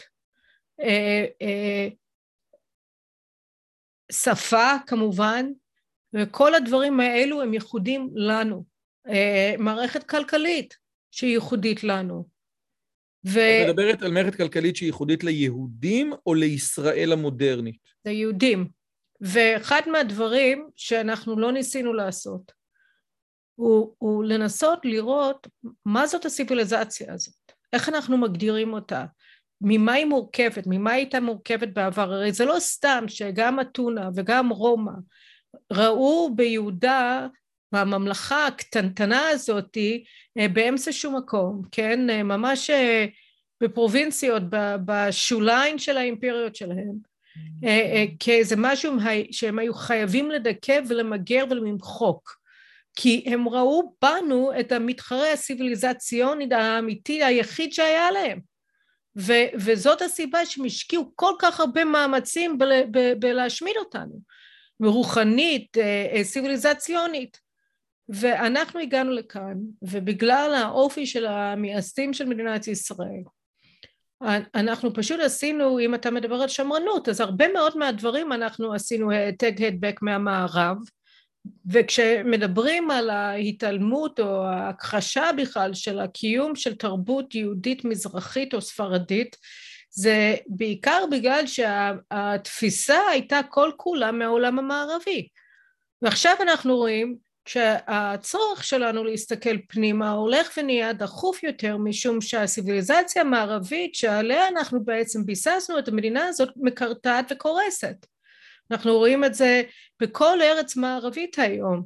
שפה כמובן, וכל הדברים האלו הם ייחודים לנו. מערכת כלכלית שהיא ייחודית לנו. ו... את מדברת על מערכת כלכלית שהיא ייחודית ליהודים או לישראל המודרנית? ליהודים. ואחד מהדברים שאנחנו לא ניסינו לעשות, הוא, הוא לנסות לראות מה זאת הסיביליזציה הזאת, איך אנחנו מגדירים אותה, ממה היא מורכבת, ממה היא הייתה מורכבת בעבר. הרי זה לא סתם שגם אתונה וגם רומא ראו ביהודה, בממלכה הקטנטנה הזאת, באמצע שום מקום, כן? ממש בפרובינציות, בשוליים של האימפריות שלהם, כאיזה משהו שהם היו חייבים לדכא ולמגר ולמחוק, כי הם ראו בנו את המתחרה הסיביליזציוני האמיתי היחיד שהיה להם. ו- וזאת הסיבה שהם השקיעו כל כך הרבה מאמצים ב- ב- בלהשמיד אותנו, רוחנית, סיביליזציונית. ואנחנו הגענו לכאן, ובגלל האופי של המייסדים של מדינת ישראל, אנחנו פשוט עשינו, אם אתה מדבר על שמרנות, אז הרבה מאוד מהדברים אנחנו עשינו העתק הדבק מהמערב, וכשמדברים על ההתעלמות או ההכחשה בכלל של הקיום של תרבות יהודית מזרחית או ספרדית, זה בעיקר בגלל שהתפיסה הייתה כל כולה מהעולם המערבי. ועכשיו אנחנו רואים שהצורך שלנו להסתכל פנימה הולך ונהיה דחוף יותר, משום שהסיביליזציה המערבית שעליה אנחנו בעצם ביססנו את המדינה הזאת מקרטעת וקורסת. אנחנו רואים את זה בכל ארץ מערבית היום,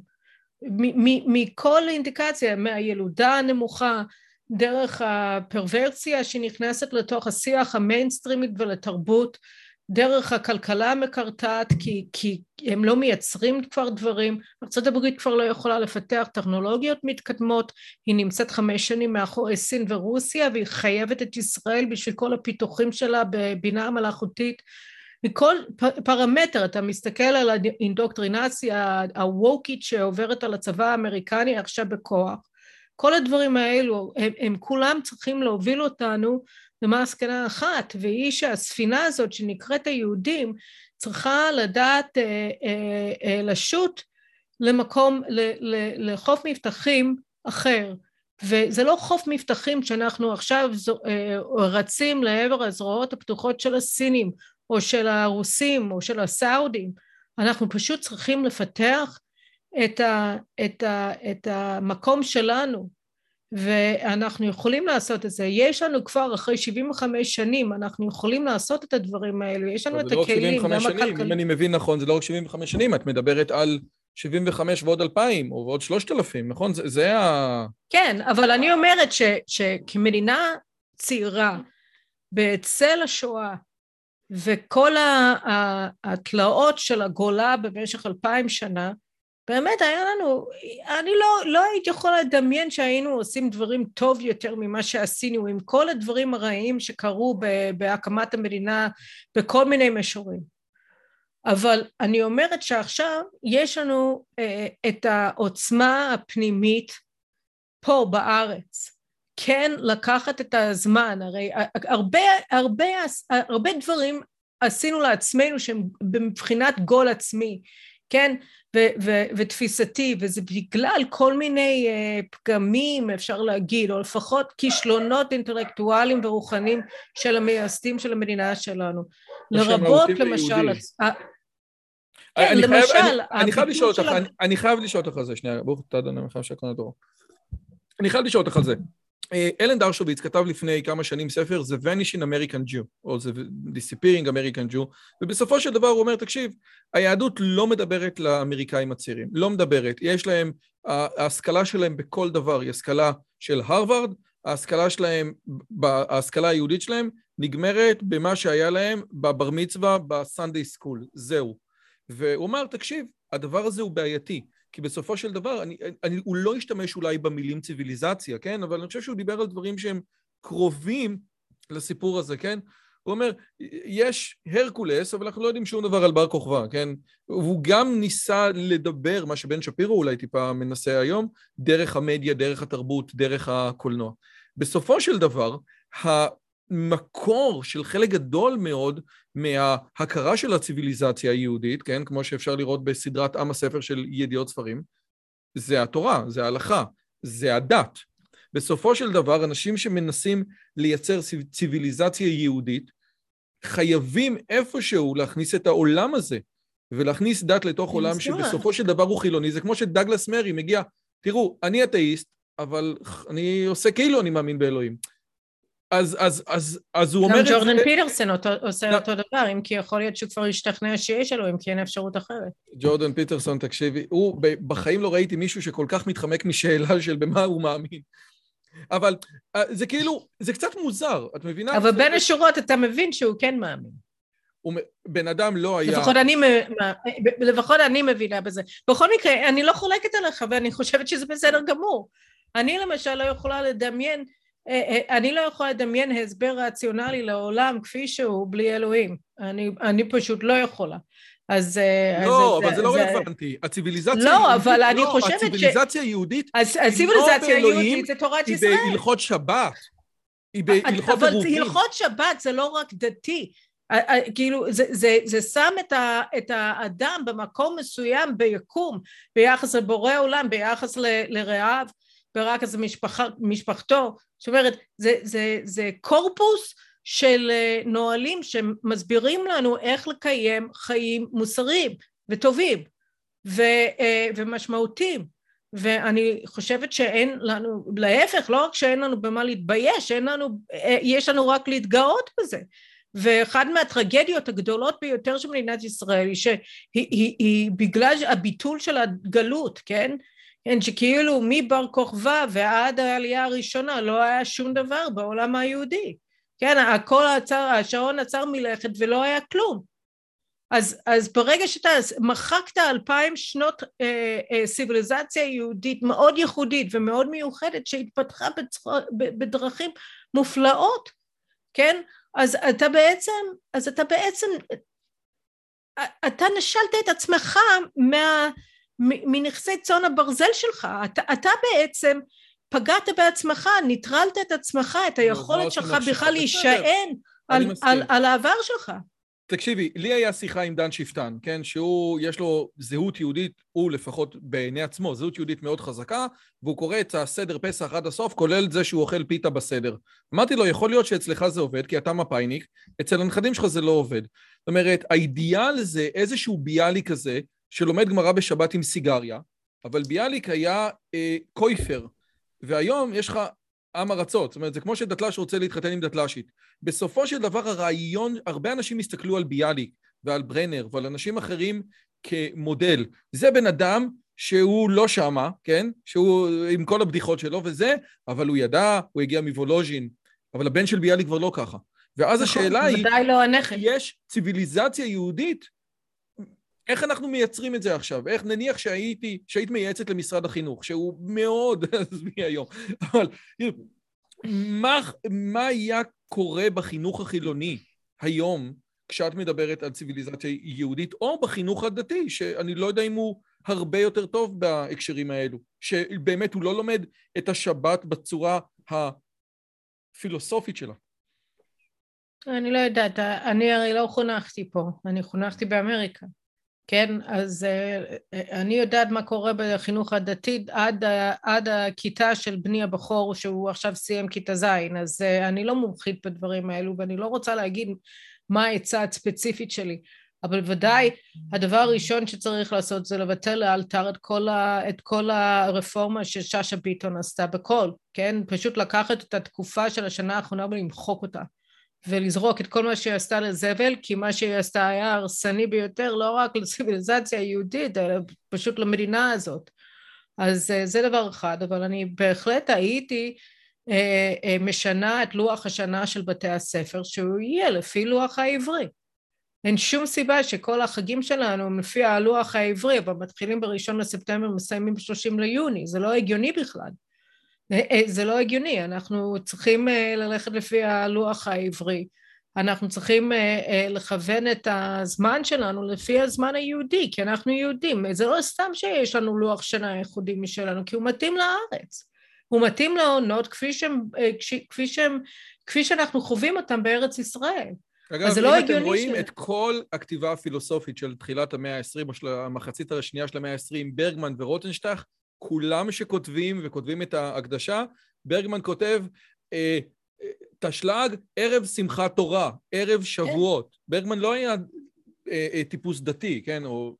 מכל אינדיקציה, מהילודה הנמוכה, דרך הפרוורסיה שנכנסת לתוך השיח המיינסטרימית ולתרבות, דרך הכלכלה המקרטעת, כי, כי הם לא מייצרים כבר דברים, ארצות הברית כבר לא יכולה לפתח טכנולוגיות מתקדמות, היא נמצאת חמש שנים מאחורי סין ורוסיה, והיא חייבת את ישראל בשביל כל הפיתוחים שלה בבינה מלאכותית, מכל פרמטר, אתה מסתכל על האינדוקטרינציה הווקית שעוברת על הצבא האמריקני עכשיו בכוח, כל הדברים האלו, הם, הם כולם צריכים להוביל אותנו למסקנה אחת, והיא שהספינה הזאת שנקראת היהודים, צריכה לדעת אה, אה, אה, לשוט למקום, לחוף מבטחים אחר, וזה לא חוף מבטחים שאנחנו עכשיו רצים לעבר הזרועות הפתוחות של הסינים, או של הרוסים, או של הסעודים. אנחנו פשוט צריכים לפתח את, ה, את, ה, את המקום שלנו, ואנחנו יכולים לעשות את זה. יש לנו כבר אחרי שבעים וחמש שנים, אנחנו יכולים לעשות את הדברים האלה, יש לנו את הכלים, גם הכלכלים. אם אני מבין נכון, זה לא רק שבעים וחמש שנים, את מדברת על שבעים וחמש ועוד אלפיים, או ועוד שלושת אלפים, נכון? זה, זה ה... כן, אבל אני אומרת ש, שכמדינה צעירה, בצל השואה, וכל התלאות של הגולה במשך אלפיים שנה, באמת היה לנו, אני לא, לא הייתי יכולה לדמיין שהיינו עושים דברים טוב יותר ממה שעשינו, עם כל הדברים הרעים שקרו בהקמת המדינה, בכל מיני מישורים. אבל אני אומרת שעכשיו יש לנו אה, את העוצמה הפנימית פה בארץ, כן לקחת את הזמן, הרי הרבה, הרבה, הרבה דברים עשינו לעצמנו שהם מבחינת גול עצמי, כן, ו- ו- ותפיסתי, וזה בגלל כל מיני uh, פגמים, אפשר להגיד, או לפחות כישלונות אינטלקטואליים ורוחניים של המייסדים של המדינה שלנו. לרבות, למשל, כן, למשל, אני חייב לשאול אותך, אני חייב לשאול אותך על זה, שנייה, ברוך תודה, אני חייב שקרן הדור. אני חייב לשאול אותך על זה. אלן דרשוביץ כתב לפני כמה שנים ספר, The Vanishing American Jew, או The Disappearing American Jew, ובסופו של דבר הוא אומר, תקשיב, היהדות לא מדברת לאמריקאים הצעירים, לא מדברת, יש להם, ההשכלה שלהם בכל דבר, היא השכלה של הרווארד, ההשכלה שלהם, ההשכלה היהודית שלהם, נגמרת במה שהיה להם בבר מצווה, בסנדיי סקול, זהו. והוא אומר, תקשיב, הדבר הזה הוא בעייתי, כי בסופו של דבר, אני, אני, הוא לא השתמש אולי במילים ציוויליזציה, כן? אבל אני חושב שהוא דיבר על דברים שהם קרובים לסיפור הזה, כן? הוא אומר, יש הרקולס, אבל אנחנו לא יודעים שום דבר על בר כוכבא, כן? והוא גם ניסה לדבר, מה שבן שפירו אולי טיפה מנסה היום, דרך המדיה, דרך התרבות, דרך הקולנוע. בסופו של דבר, המקור של חלק גדול מאוד מההכרה של הציוויליזציה היהודית, כן? כמו שאפשר לראות בסדרת עם הספר של ידיעות ספרים, זה התורה, זה ההלכה, זה הדת. בסופו של דבר, אנשים שמנסים לייצר ציוויליזציה יהודית, חייבים איפשהו להכניס את העולם הזה, ולהכניס דת לתוך עולם שבסופו של דבר הוא חילוני. זה כמו שדגלס מרי מגיע, תראו, אני אתאיסט, אבל אני עושה כאילו אני מאמין באלוהים. אז, אז, אז, אז הוא אומר את זה... גם ג'ורדן פיטרסון עושה אותו דבר, אם כי יכול להיות שהוא כבר ישתכנע שיש אלוהים, כי אין אפשרות אחרת. ג'ורדן פיטרסון, תקשיבי, הוא, בחיים לא ראיתי מישהו שכל כך מתחמק משאלה של במה הוא מאמין. אבל זה כאילו, זה קצת מוזר, את מבינה? אבל בין השורות אתה מבין שהוא כן מאמין. בן אדם לא היה... לפחות אני, לפחות אני מבינה בזה. בכל מקרה, אני לא חולקת עליך, ואני חושבת שזה בסדר גמור. אני למשל לא יכולה לדמיין, אני לא יכולה לדמיין הסבר רציונלי לעולם כפי שהוא בלי אלוהים. אני, אני פשוט לא יכולה. אז... לא, אבל זה לא רלוונטי. הציוויליזציה היהודית... לא, אבל אני חושבת ש... הציוויליזציה היהודית... הציוויליזציה היהודית זה תורת ישראל. היא בהלכות שבת. היא בהלכות עירובין. אבל הלכות שבת זה לא רק דתי. כאילו, זה שם את האדם במקום מסוים ביקום, ביחס לבורא עולם, ביחס לרעיו, ביחס למשפחתו. זאת אומרת, זה קורפוס של נועלים שמסבירים לנו איך לקיים חיים מוסריים וטובים ומשמעותיים. ואני חושבת שאין לנו, להפך, לא רק שאין לנו במה להתבייש, אין לנו, יש לנו רק להתגאות בזה. ואחד מהטרגדיות הגדולות ביותר של מדינת ישראל היא שהיא היא, היא בגלל הביטול של הגלות, כן? כן, שכאילו מבר כוכבא ועד העלייה הראשונה לא היה שום דבר בעולם היהודי. כן, הכל עצר, השעון עצר מלכת ולא היה כלום. אז, אז ברגע שאתה מחקת אלפיים שנות אה, אה, סיביליזציה יהודית מאוד ייחודית ומאוד מיוחדת שהתפתחה בצר, בדרכים מופלאות, כן? אז אתה בעצם, אז אתה בעצם, אתה נשלת את עצמך מה, מנכסי צאן הברזל שלך, אתה, אתה בעצם פגעת בעצמך, ניטרלת את עצמך, את היכולת שלך בכלל להישען על, על, על העבר שלך. תקשיבי, לי היה שיחה עם דן שפטן, כן, שהוא, יש לו זהות יהודית, הוא לפחות בעיני עצמו, זהות יהודית מאוד חזקה, והוא קורא את הסדר פסח עד הסוף, כולל זה שהוא אוכל פיתה בסדר. אמרתי לו, יכול להיות שאצלך זה עובד, כי אתה מפאיניק, אצל הנכדים שלך זה לא עובד. זאת אומרת, האידיאל זה איזשהו ביאליק כזה, שלומד גמרא בשבת עם סיגריה, אבל ביאליק היה אה, קויפר, והיום יש לך עם ארצות, זאת אומרת, זה כמו שדתל"ש רוצה להתחתן עם דתל"שית. בסופו של דבר הרעיון, הרבה אנשים הסתכלו על ביאליק ועל ברנר ועל אנשים אחרים כמודל. זה בן אדם שהוא לא שמה, כן? שהוא עם כל הבדיחות שלו וזה, אבל הוא ידע, הוא הגיע מוולוז'ין, אבל הבן של ביאליק כבר לא ככה. ואז נכון, השאלה היא, ודאי לא הנכד. יש ציוויליזציה יהודית, איך אנחנו מייצרים את זה עכשיו? איך נניח שהייתי, שהיית מייעצת למשרד החינוך, שהוא מאוד עזבי היום, אבל מה, מה היה קורה בחינוך החילוני היום, כשאת מדברת על ציוויליזציה יהודית, או בחינוך הדתי, שאני לא יודע אם הוא הרבה יותר טוב בהקשרים האלו, שבאמת הוא לא לומד את השבת בצורה הפילוסופית שלה. אני לא יודעת, אני הרי לא חונכתי פה, אני חונכתי באמריקה. כן, אז אני יודעת מה קורה בחינוך הדתי עד, עד הכיתה של בני הבכור שהוא עכשיו סיים כיתה זין, אז אני לא מומחית בדברים האלו ואני לא רוצה להגיד מה העצה הספציפית שלי, אבל ודאי הדבר הראשון שצריך לעשות זה לבטל לאלתר את כל, ה, את כל הרפורמה שששה ביטון עשתה בכל, כן, פשוט לקחת את התקופה של השנה האחרונה ולמחוק אותה. ולזרוק את כל מה שהיא עשתה לזבל, כי מה שהיא עשתה היה הרסני ביותר, לא רק לציוויליזציה היהודית, אלא פשוט למדינה הזאת. אז זה דבר אחד, אבל אני בהחלט הייתי אה, אה, משנה את לוח השנה של בתי הספר, שהוא יהיה לפי לוח העברי. אין שום סיבה שכל החגים שלנו לפי הלוח העברי, אבל מתחילים בראשון לספטמבר, מסיימים ב-שלושים ליוני, זה לא הגיוני בכלל. זה לא הגיוני, אנחנו צריכים ללכת לפי הלוח העברי, אנחנו צריכים לכוון את הזמן שלנו לפי הזמן היהודי, כי אנחנו יהודים, זה לא סתם שיש לנו לוח שנה ייחודי משלנו, כי הוא מתאים לארץ, הוא מתאים לעונות כפי שהם, כפי שהם, כפי שאנחנו חווים אותם בארץ ישראל. אגב, אם לא אתם רואים ש... את כל הכתיבה הפילוסופית של תחילת המאה ה-עשרים, או של המחצית השנייה של המאה ה-עשרים, ברגמן ורוטנשטח, כולם שכותבים וכותבים את ההקדשה, ברגמן כותב, אה, תשל"ג, ערב שמחת תורה, ערב שבועות. כן. ברגמן לא היה אה, אה, טיפוס דתי, כן? או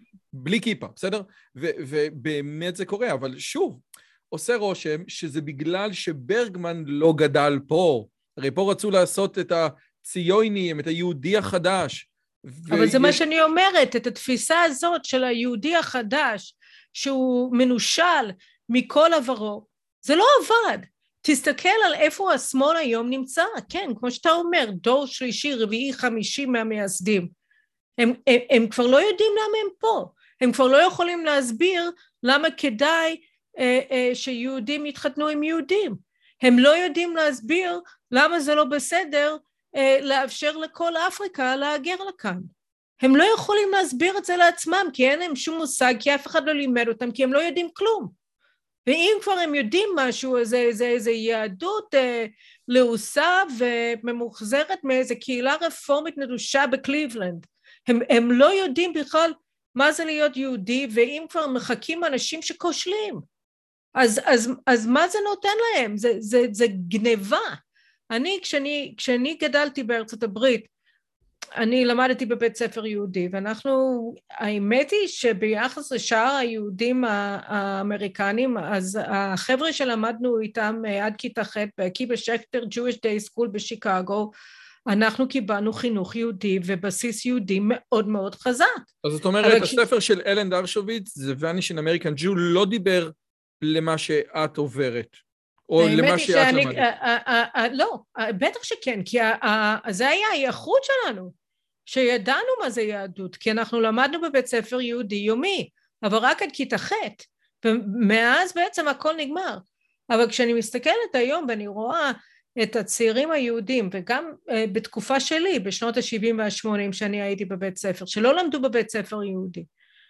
בלי כיפה, בסדר? ו- ובאמת זה קורה, אבל שוב, עושה רושם שזה בגלל שברגמן לא גדל פה. הרי פה רצו לעשות את הציונים, את היהודי החדש. אבל ויש... זה מה שאני אומרת, את התפיסה הזאת של היהודי החדש, שהוא מנושל מכל עברו, זה לא עבד. תסתכל על איפה השמאל היום נמצא, כן, כמו שאתה אומר, דור שלישי, רביעי, חמישי מהמייסדים. הם, הם, הם כבר לא יודעים למה הם פה, הם כבר לא יכולים להסביר למה כדאי אה, אה, שיהודים יתחתנו עם יהודים. הם לא יודעים להסביר למה זה לא בסדר אה, לאפשר לכל אפריקה להגר לכאן. הם לא יכולים להסביר את זה לעצמם, כי אין להם שום מושג, כי אף אחד לא לימד אותם, כי הם לא יודעים כלום. ואם כבר הם יודעים משהו, זה, זה, זה יהדות אה, לעוסה וממוחזרת מאיזו קהילה רפורמית נדושה בקליבלנד. הם, הם לא יודעים בכלל מה זה להיות יהודי, ואם כבר מחכים אנשים שכושלים, אז, אז, אז מה זה נותן להם? זה, זה, זה גניבה. אני, כשאני, כשאני גדלתי בארצות הברית, אני למדתי בבית ספר יהודי, ואנחנו, האמת היא שביחס לשאר היהודים האמריקנים, אז החבר'ה שלמדנו איתם עד כיתה ח' בקיבה שקטר Jewish Day School בשיקגו, אנחנו קיבלנו חינוך יהודי ובסיס יהודי מאוד מאוד חזק. אז זאת אומרת, הספר של אלן דרשוביץ, זה Vanish an American Jew, לא דיבר למה שאת עוברת. או למה שאת שאני, למדת. לא, בטח שכן, כי זה היה הייחוד שלנו, שידענו מה זה יהדות, כי אנחנו למדנו בבית ספר יהודי יומי, אבל רק עד כיתה ח', ומאז בעצם הכל נגמר. אבל כשאני מסתכלת היום ואני רואה את הצעירים היהודים, וגם בתקופה שלי, בשנות ה-שבעים וה-שמונים שאני הייתי בבית ספר, שלא למדו בבית ספר יהודי,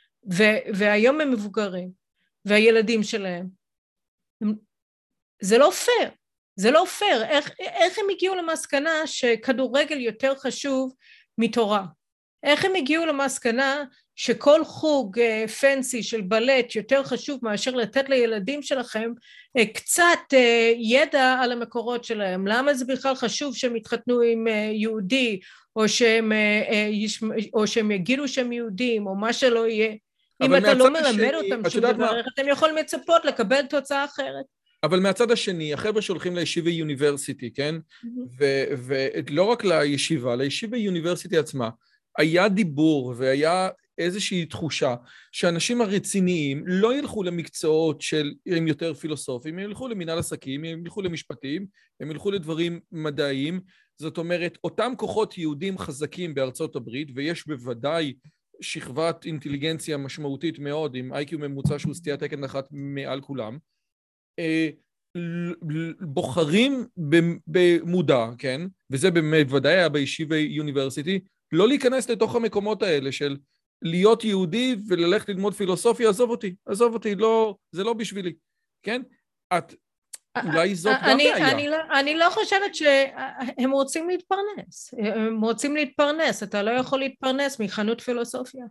והיום הם מבוגרים, והילדים שלהם, הם זה לא פייר, זה לא פייר, איך, איך הם הגיעו למסקנה שכדורגל יותר חשוב מתורה. איך הם הגיעו למסקנה שכל חוג פנסי של בלט יותר חשוב מאשר לתת לילדים שלכם קצת ידע על המקורות שלהם? למה זה בכלל חשוב שהם יתחתנו עם יהודי, או שהם, או שהם יגידו שהם יהודים, או מה שלא יהיה? אם אתה לא מלמד אותם שום דבר, אתם יכולים לצפות לקבל תוצאה אחרת. אבל מהצד השני, החבר'ה שהולכים לישיבה יוניברסיטי, כן? ולא רק לישיבה, לישיבה יוניברסיטי עצמה, היה דיבור והיה איזושהי תחושה שאנשים הרציניים לא ילכו למקצועות של הם יותר פילוסופיים, הם ילכו למנהל עסקים, הם ילכו למשפטים, הם ילכו לדברים מדעיים. זאת אומרת, אותם כוחות יהודים חזקים בארצות הברית, ויש בוודאי שכבת אינטליגנציה משמעותית מאוד, עם איי קיו ממוצע שהוא סטיית תקן אחת מעל כולם, בוחרים במודע, כן? וזה באמת ודאי היה בישיבה יוניברסיטי, לא להיכנס לתוך המקומות האלה של להיות יהודי וללכת ללמוד פילוסופיה, עזוב אותי, עזוב אותי, לא, זה לא בשבילי, כן? את, אולי זאת גם בעיה. אני לא, אני לא חושבת שהם רוצים להתפרנס, הם רוצים להתפרנס, אתה לא יכול להתפרנס מחנות פילוסופיה.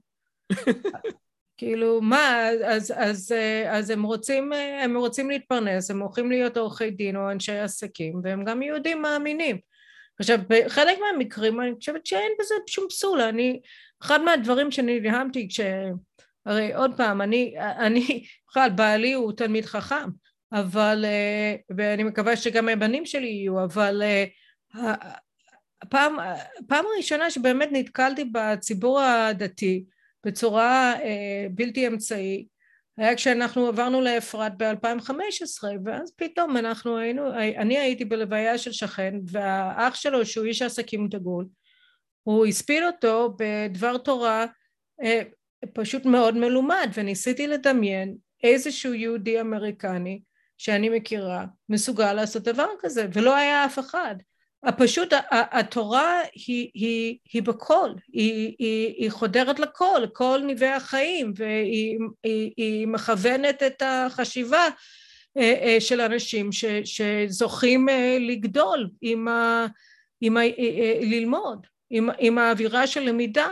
כאילו, מה, אז, אז, אז הם רוצים, הם רוצים להתפרנס, הם הולכים להיות עורכי דין או אנשי עסקים, והם גם יהודים מאמינים. עכשיו, בחלק מהמקרים אני חושבת שאין בזה שום פסול. אני, אחד מהדברים שאני נדהמתי, כש... הרי עוד פעם, אני, אני, בכלל, בעלי הוא תלמיד חכם, אבל, ואני מקווה שגם הבנים שלי יהיו, אבל הפעם, הפעם הראשונה שבאמת נתקלתי בציבור הדתי, בצורה בלתי אמצעי, היה כשאנחנו עברנו לאפרת ב-אלפיים וחמש עשרה, ואז פתאום אנחנו היינו, אני הייתי בלוויה של שכן, והאח שלו שהוא איש עסקים דגול, הוא הספיל אותו בדבר תורה פשוט מאוד מלומד, וניסיתי לדמיין איזשהו יהודי אמריקני שאני מכירה, מסוגל לעשות דבר כזה, ולא היה אף אחד. פשוט התורה היא, היא, היא בכל, היא, היא, היא חודרת לכל, כל ניבי החיים, והיא היא, היא מכוונת את החשיבה של אנשים ש, שזוכים לגדול עם ה, עם ה, ללמוד, עם, עם האווירה של למידה.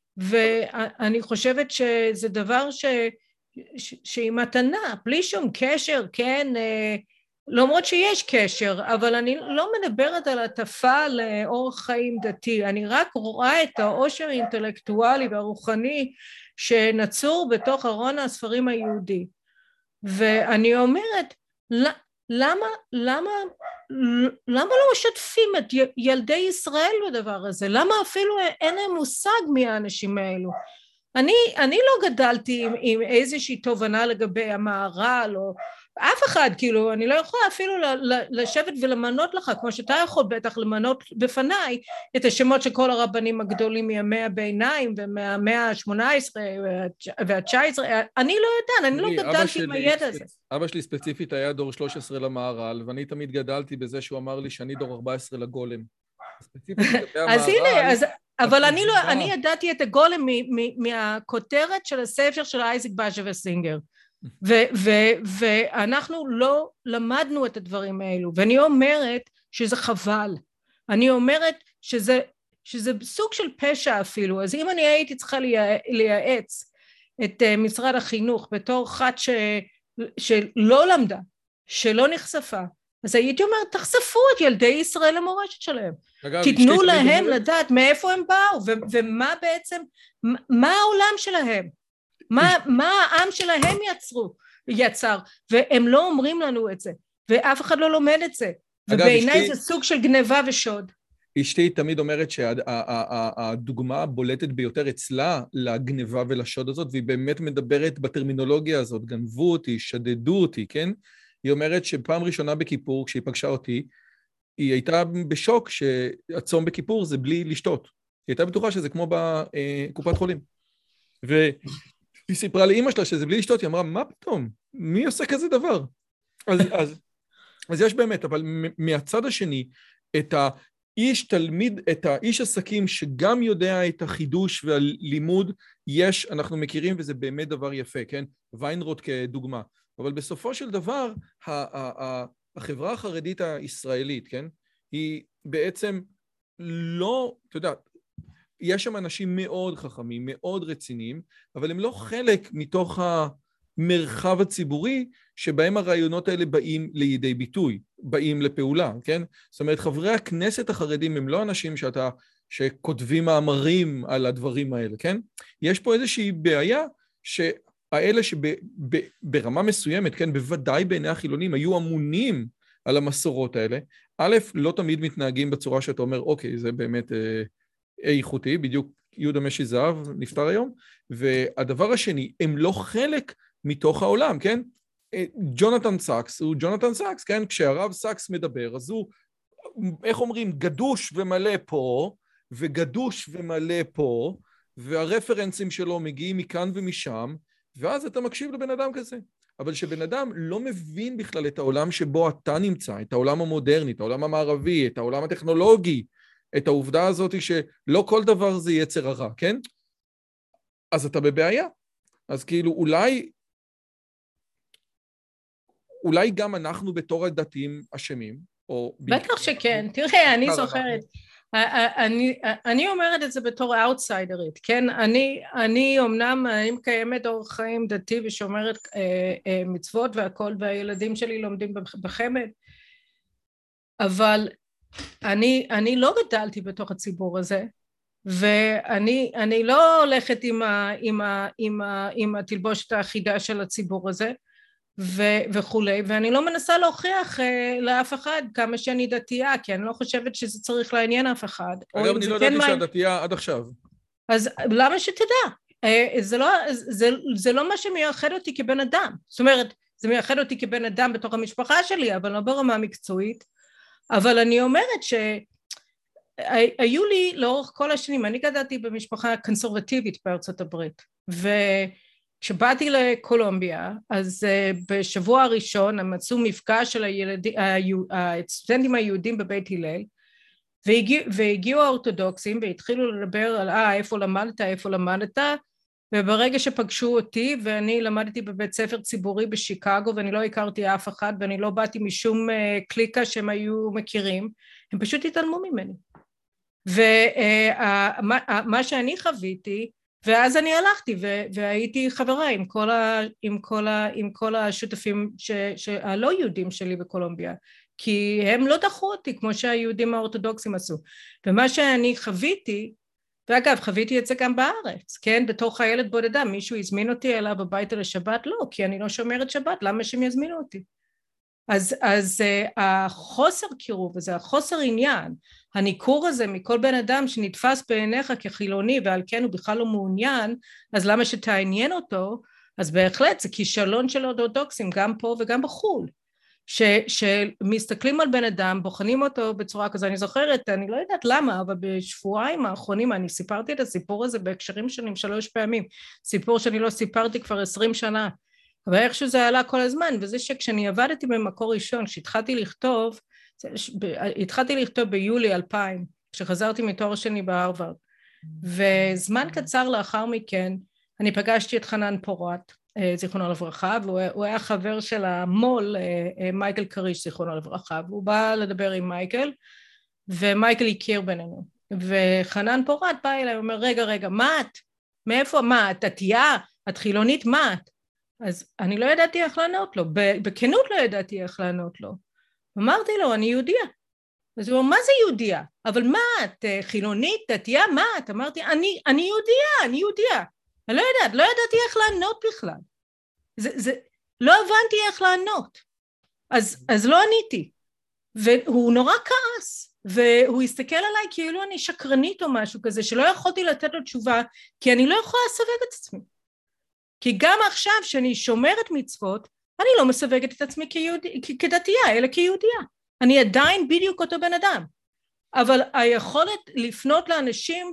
ואני חושבת שזה דבר ש, ש, שהיא מתנה, בלי שום קשר, כן, למרות שיש קשר, אבל אני לא מדברת על הטפה לאורח חיים דתי, אני רק רואה את העושר האינטלקטואלי והרוחני שנצור בתוך ארון הספרים היהודי. ואני אומרת, למה, למה, למה לא משתפים את ילדי ישראל בדבר הזה? למה אפילו אין להם מושג מי האנשים האלו? אני, אני לא גדלתי עם, עם איזושהי תובנה לגבי המהר"ל, או אף אחד, כאילו, אני לא יכולה אפילו לשבת ולמנות לך, כמו שאתה יכול בטח למנות בפניי, את השמות של כל הרבנים הגדולים מימי הביניים, ומהמאה ה-שמונה עשרה וה-תשע עשרה, אני לא יודעת, אני לא גדלתי עם הידע הזה. אבא שלי ספציפית היה דור שלוש עשרה למהר"ל, ואני תמיד גדלתי בזה שהוא אמר לי שאני דור ארבע עשרה לגולם. אז הנה, אז... אבל אני לא, אני ידעתי את הגולם מהכותרת של הספר של אייזק באז'ה וסינגר, ואנחנו לא למדנו את הדברים האלו, ואני אומרת שזה חבל, אני אומרת שזה, שזה סוג של פשע אפילו. אז אם אני הייתי צריכה לייעץ את משרד החינוך בתור אחת שלא למדה, שלא נחשפה, אז הייתי אומרת, תחשפו את ילדי ישראל למורשת שלהם. אגב, תתנו להם לדעת מאיפה הם באו, ו- ומה בעצם, מה העולם שלהם, מה, מה העם שלהם יצרו, יצר, והם לא אומרים לנו את זה, ואף אחד לא לומד את זה, ובעיניי זה סוג של גניבה ושוד. אשתי תמיד אומרת שהדוגמה הבולטת ביותר אצלה לגניבה ולשוד הזאת, והיא באמת מדברת בטרמינולוגיה הזאת, גנבו אותי, שדדו אותי, כן? היא אומרת שפעם ראשונה בכיפור, כשהיא פגשה אותי, היא הייתה בשוק שהצום בכיפור זה בלי לשתות. היא הייתה בטוחה שזה כמו בקופת חולים. והיא סיפרה לאמא שלה שזה בלי לשתות, היא אמרה, מה פתאום? מי עושה כזה דבר? אז, אז, אז יש באמת, אבל מהצד השני, את האיש תלמיד, את האיש עסקים שגם יודע את החידוש והלימוד, יש, אנחנו מכירים, וזה באמת דבר יפה, כן? ויינרוט כדוגמה. אבל בסופו של דבר, החברה החרדית הישראלית, כן? היא בעצם לא, אתה יודע, יש שם אנשים מאוד חכמים, מאוד רציניים, אבל הם לא חלק מתוך המרחב הציבורי שבהם הרעיונות האלה באים לידי ביטוי, באים לפעולה, כן? זאת אומרת, חברי הכנסת החרדים הם לא אנשים שאתה, שכותבים מאמרים על הדברים האלה, כן? יש פה איזושהי בעיה שהאלה שברמה מסוימת, כן, בוודאי בעיני החילונים, היו אמונים על המסורות האלה. א', לא תמיד מתנהגים בצורה שאתה אומר, אוקיי, זה באמת אה, איכותי, בדיוק יהודה משי זהב נפטר היום, והדבר השני, הם לא חלק מתוך העולם, כן? ג'ונתן סאקס הוא ג'ונתן סאקס, כן? כשהרב סאקס מדבר, אז הוא, איך אומרים, גדוש ומלא פה, וגדוש ומלא פה, והרפרנסים שלו מגיעים מכאן ומשם, ואז אתה מקשיב לבן אדם כזה. אבל שבן אדם לא מבין בכלל את העולם שבו אתה נמצא, את העולם המודרני, את העולם המערבי, את העולם הטכנולוגי, את העובדה הזאת שלא כל דבר זה יצר הרע, כן? אז אתה בבעיה. אז כאילו אולי, אולי גם אנחנו בתור הדתיים אשמים, או... בטח שכן, תראה, אני זוכרת, אני, אני אומרת את זה בתור אאוטסיידרית, כן? אני, אני אומנם, אני מקיימת אורח חיים דתי ושומרת אה, אה, מצוות והכל, והילדים שלי לומדים בחמ"ד, אבל אני, אני לא גדלתי בתוך הציבור הזה, ואני אני לא הולכת עם, ה, עם, ה, עם, ה, עם התלבושת האחידה של הציבור הזה, ו- וכולי, ואני לא מנסה להוכיח uh, לאף אחד כמה שאני דתייה, כי אני לא חושבת שזה צריך לעניין אף אחד. אגב, אני לא כן ידעתי שאת דתייה עד עכשיו. אז למה שתדע? Uh, זה, לא, זה, זה לא מה שמייחד אותי כבן אדם. זאת אומרת, זה מייחד אותי כבן אדם בתוך המשפחה שלי, אבל לא ברמה מקצועית. אבל אני אומרת שהיו לי לאורך כל השנים, אני גדלתי במשפחה קונסרבטיבית בארצות הברית, ו... כשבאתי לקולומביה, אז uh, בשבוע הראשון הם מצאו מפגש של הילדים, הסטודנטים היהודים בבית הלל, והגיע, והגיעו האורתודוקסים והתחילו לדבר על אה, איפה למדת, איפה למדת, וברגע שפגשו אותי, ואני למדתי בבית ספר ציבורי בשיקגו, ואני לא הכרתי אף אחד, ואני לא באתי משום uh, קליקה שהם היו מכירים, הם פשוט התעלמו ממני. ומה uh, uh, שאני חוויתי, ואז אני הלכתי והייתי חברה עם כל, ה, עם כל, ה, עם כל השותפים ש, ש, הלא יהודים שלי בקולומביה, כי הם לא דחו אותי כמו שהיהודים האורתודוקסים עשו. ומה שאני חוויתי, ואגב חוויתי את זה גם בארץ, כן, בתור חיילת בודדה, מישהו הזמין אותי אליו הביתה לשבת? לא, כי אני לא שומרת שבת, למה שהם יזמינו אותי? אז, אז uh, החוסר קירוב הזה, החוסר עניין, הניכור הזה מכל בן אדם שנתפס בעיניך כחילוני ועל כן הוא בכלל לא מעוניין, אז למה שתעניין אותו? אז בהחלט זה כישלון של אורתודוקסים גם פה וגם בחול, ש, שמסתכלים על בן אדם, בוחנים אותו בצורה כזו. אני זוכרת, אני לא יודעת למה, אבל בשבועיים האחרונים אני סיפרתי את הסיפור הזה בהקשרים שונים שלוש פעמים, סיפור שאני לא סיפרתי כבר עשרים שנה, אבל איכשהו זה עלה כל הזמן, וזה שכשאני עבדתי במקור ראשון, כשהתחלתי לכתוב, התחלתי לכתוב ביולי אלפיים, כשחזרתי מתואר שני בהרווארד, וזמן קצר לאחר מכן, אני פגשתי את חנן פורת, זיכרונו לברכה, והוא היה חבר של המול, מייקל קריש, זיכרונו לברכה, והוא בא לדבר עם מייקל, ומייקל הכיר בינינו, וחנן פורת בא אליי, הוא אומר, רגע, רגע, מה את? מאיפה, מה, את דתייה? את חילונית, מה את? אז אני לא ידעתי איך לענות לו, בכנות לא ידעתי איך לענות לו. אמרתי לו, אני יהודיה. אז הוא אומר, מה זה יהודיה? אבל מה, את חילונית, דתייה, מה את? אמרתי, אני, אני יהודיה, אני יהודיה. אני לא יודעת, לא ידעתי איך לענות בכלל. זה, זה, לא הבנתי איך לענות. אז, אז לא עניתי. והוא נורא כעס, והוא הסתכל עליי כאילו אני שקרנית או משהו כזה, שלא יכולתי לתת לו תשובה, כי אני לא יכולה לסווג את עצמי. כי גם עכשיו שאני שומרת מצוות, אני לא מסווגת את עצמי כיהודי, כדתייה, אלא כיהודיה. אני עדיין בדיוק אותו בן אדם. אבל היכולת לפנות לאנשים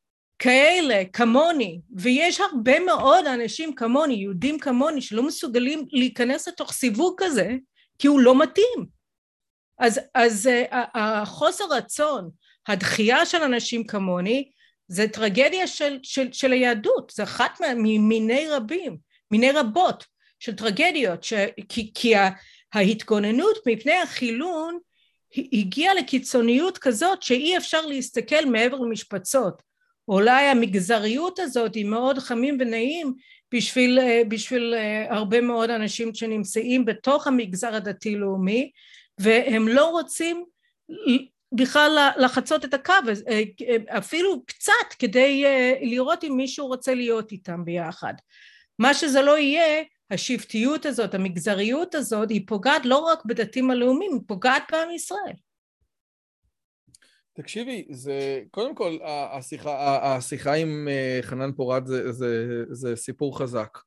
כאלה, כמוני, ויש הרבה מאוד אנשים כמוני, יהודים כמוני, שלא מסוגלים להיכנס לתוך סיווג כזה, כי הוא לא מתאים. אז, אז החוסר רצון, הדחייה של אנשים כמוני, זה טרגדיה של, של, של היהדות, זה אחת מיני רבים, מיני רבות של טרגדיות, ש, כי, כי ההתגוננות מפני החילון הגיעה לקיצוניות כזאת שאי אפשר להסתכל מעבר למשפצות, אולי המגזריות הזאת היא מאוד חמים ונעים בשביל, בשביל הרבה מאוד אנשים שנמצאים בתוך המגזר הדתי-לאומי, והם לא רוצים בכלל לחצות את הקו, אפילו קצת כדי לראות אם מישהו רוצה להיות איתם ביחד. מה שזה לא יהיה, השבטיות הזאת, המגזריות הזאת, היא פוגעת לא רק בדתיים הלאומיים, היא פוגעת בעם ישראל. תקשיבי, זה, קודם כל, השיחה, השיחה עם חנן פורת זה, זה, זה סיפור חזק.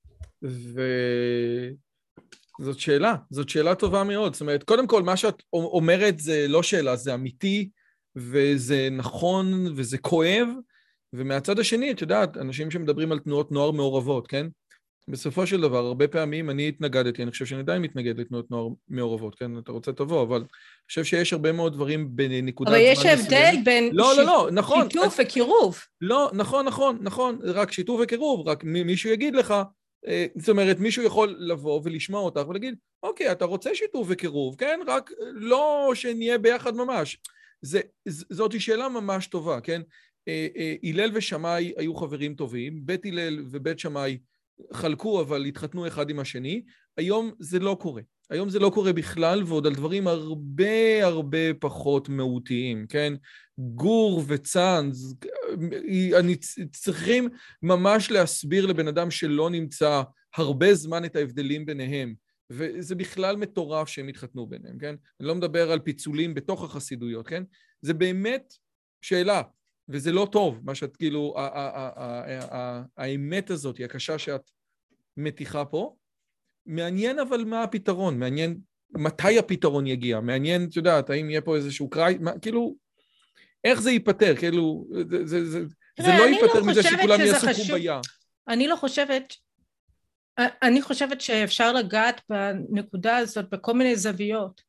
וזאת שאלה, זאת שאלה טובה מאוד. זאת אומרת, קודם כל, מה שאת אומרת זה לא שאלה, זה אמיתי, וזה נכון, וזה כואב, ומהצד השני, את יודעת, אנשים שמדברים על תנועות נוער מעורבות, כן? בסופו של דבר, הרבה פעמים אני התנגדתי, אני חושב שאני עדיין מתנגד לתנועות נוער מעורבות, כן? אתה רוצה תבוא, אבל אני חושב שיש הרבה מאוד דברים בנקודת זמן מסוימת. אבל יש הבדל בין לא, לא, לא, נכון. שיתוף וקירוב. לא, נכון, נכון, נכון, רק שיתוף וקירוב, רק מישהו יגיד לך, זאת אומרת, מישהו יכול לבוא ולשמוע אותך ולהגיד, אוקיי, אתה רוצה שיתוף וקירוב, כן? רק לא שנהיה ביחד ממש. זאת שאלה ממש טובה, כן? הלל ושמאי היו חברים טובים, בית הלל ובית שמאי חלקו אבל התחתנו אחד עם השני, היום זה לא קורה. היום זה לא קורה בכלל, ועוד על דברים הרבה הרבה פחות מהותיים, כן? גור וצאנז, אני צריכים ממש להסביר לבן אדם שלא נמצא הרבה זמן את ההבדלים ביניהם, וזה בכלל מטורף שהם התחתנו ביניהם, כן? אני לא מדבר על פיצולים בתוך החסידויות, כן? זה באמת שאלה, וזה לא טוב, מה שאת כאילו, האמת הזאת היא הקשה שאת מתיחה פה, מעניין אבל מה הפתרון, מעניין מתי הפתרון יגיע, מעניין, את יודעת, האם יהיה פה איזשהו קראי, כאילו, איך זה ייפטר, כאילו, זה, זה, זה, זה לא ייפטר מזה שכולם יעשו קוביה. אני לא חושבת, אני חושבת שאפשר לגעת בנקודה הזאת בכל מיני זוויות,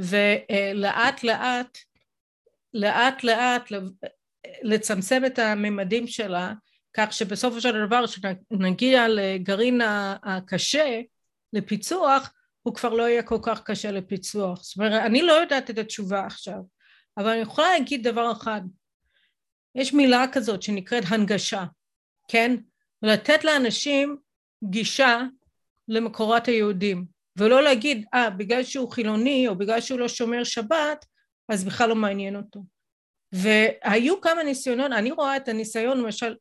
ולאט לאט, לאט לאט לצמצם את הממדים שלה, כך שבסופו של דבר שנגיע לגרעין הקשה לפיצוח, הוא כבר לא יהיה כל כך קשה לפיצוח. זאת אומרת, אני לא יודעת את התשובה עכשיו, אבל אני יכולה להגיד דבר אחד. יש מילה כזאת שנקראת הנגשה, כן? ולתת לאנשים גישה למקורת היהודים, ולא להגיד, אה, בגלל שהוא חילוני או בגלל שהוא לא שומר שבת, אז בכלל לא מעניין אותו. והיו כמה ניסיונות, אני רואה את הניסיון למשל,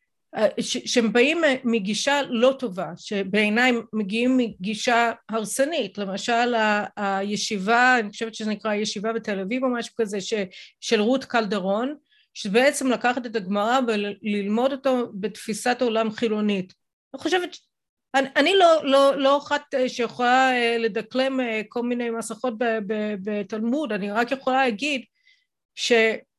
שהם באים מגישה לא טובה, שבעיניי מגיעים מגישה הרסנית, למשל הישיבה, אני חושבת שזה נקרא ישיבה בתל אביב או משהו כזה, של רות קלדרון, שבעצם לקחת את הגמרא וללמוד אותו בתפיסת עולם חילונית. אני חושבת, אני, אני לא, לא, לא אחת שיכולה לדקלם כל מיני מסכות בתלמוד, אני רק יכולה להגיד ש...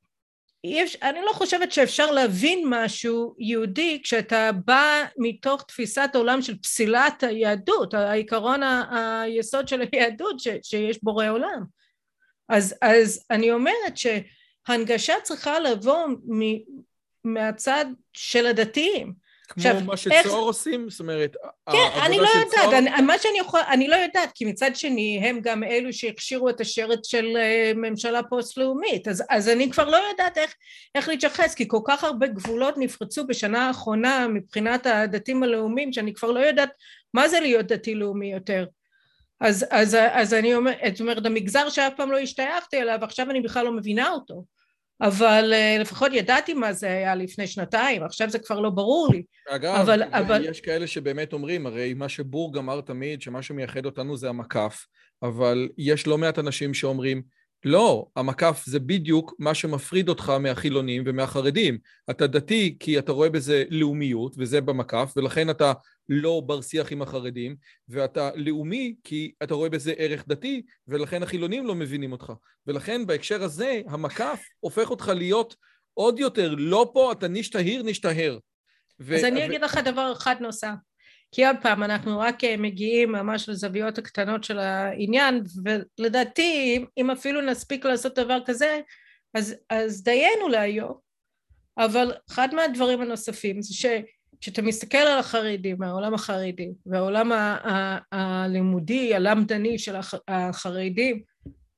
אני לא חושבת שאפשר להבין משהו יהודי כשאתה בא מתוך תפיסת העולם של פסילת היהדות, העיקרון היסוד של היהדות ש, שיש בורא עולם. אז, אז אני אומרת שהנגשה צריכה לבוא מ, מהצד של הדתיים. כמו עכשיו, מה שצור איך... עושים, זאת אומרת, כן, אני לא יודעת, צור... אני, מה שאני יכול, אני לא יודעת, כי מצד שני הם גם אלו שהכשירו את השרת של ממשלה פוסט-לאומית, אז, אז אני כבר לא יודעת איך, איך להתייחס, כי כל כך הרבה גבולות נפרצו בשנה האחרונה מבחינת הדתיים הלאומיים, שאני כבר לא יודעת מה זה להיות דתי-לאומי יותר. אז, אז, אז אני אומרת, זאת אומרת, המגזר שאף פעם לא השתייכתי אליו, עכשיו אני בכלל לא מבינה אותו. אבל לפחות ידעתי מה זה היה לפני שנתיים, עכשיו זה כבר לא ברור לי. אגב, אבל, אבל... יש כאלה שבאמת אומרים, הרי מה שבורג אמר תמיד, שמה שמייחד אותנו זה המקף, אבל יש לא מעט אנשים שאומרים, לא, המקף זה בדיוק מה שמפריד אותך מהחילונים ומהחרדים. אתה דתי כי אתה רואה בזה לאומיות, וזה במקף, ולכן אתה לא בר שיח עם החרדים, ואתה לאומי כי אתה רואה בזה ערך דתי, ולכן החילונים לא מבינים אותך. ולכן בהקשר הזה, המקף הופך אותך להיות עוד יותר, לא פה, אתה נשתהיר, נשתהר. ו- אז אני ו- אגיד לך דבר אחד נוסף. כי עוד פעם, אנחנו רק מגיעים ממש לזוויות הקטנות של העניין, ולדעתי, אם אפילו נספיק לעשות דבר כזה, אז, אז דיינו להיום. אבל אחד מהדברים הנוספים זה ש... כשאתה מסתכל על החרדים, העולם החרדי, והעולם ה- ה- הלימודי, הלמדני של החרדים,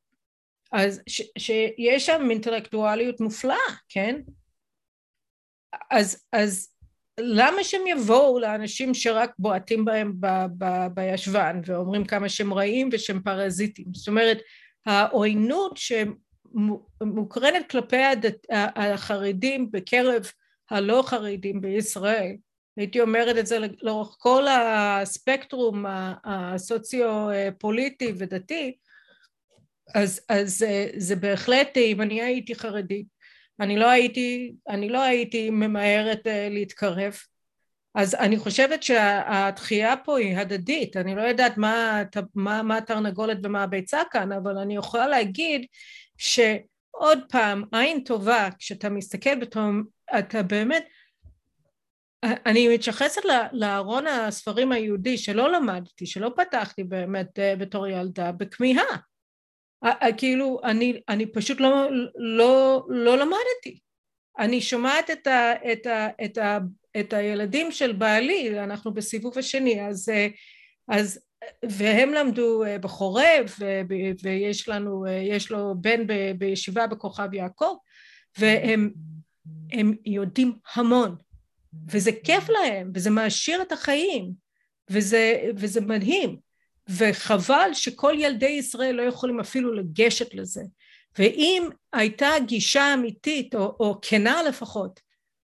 אז ש- שיש שם אינטלקטואליות מופלאה, כן? אז, אז למה שהם יבואו לאנשים שרק בועטים בהם ב, ב, בישבן ואומרים כמה שהם רעים ושהם פרזיטים? זאת אומרת, העוינות שמוקרנת כלפי הדת, החרדים בקרב הלא חרדים בישראל, הייתי אומרת את זה לאורך כל הספקטרום הסוציו-פוליטי ודתי, אז, אז זה בהחלט, אם אני הייתי חרדית, אני לא הייתי, אני לא הייתי ממהרת להתקרב. אז אני חושבת שהתחייה פה היא הדדית. אני לא יודעת מה, מה, מה התרנגולת ומה הביצה כאן, אבל אני יכולה להגיד שעוד פעם, עין טובה, כשאתה מסתכל בתום, אתה באמת, אני מתייחסת לארון הספרים היהודי שלא למדתי, שלא פתחתי באמת בתור ילדה, בכמיהה. כאילו אני, אני פשוט לא, לא, לא למדתי. אני שומעת את ה, את ה, את ה, את הילדים של בעלי, אנחנו בסיבוב השני, אז, אז, והם למדו בחורב, ויש לנו, יש לו בן בישיבה בכוכב יעקב, והם, הם יודעים המון, וזה כיף להם, וזה מעשיר את החיים, וזה, וזה מדהים. וחבל שכל ילדי ישראל לא יכולים אפילו לגשת לזה. ואם הייתה גישה אמיתית, או, או כנה לפחות,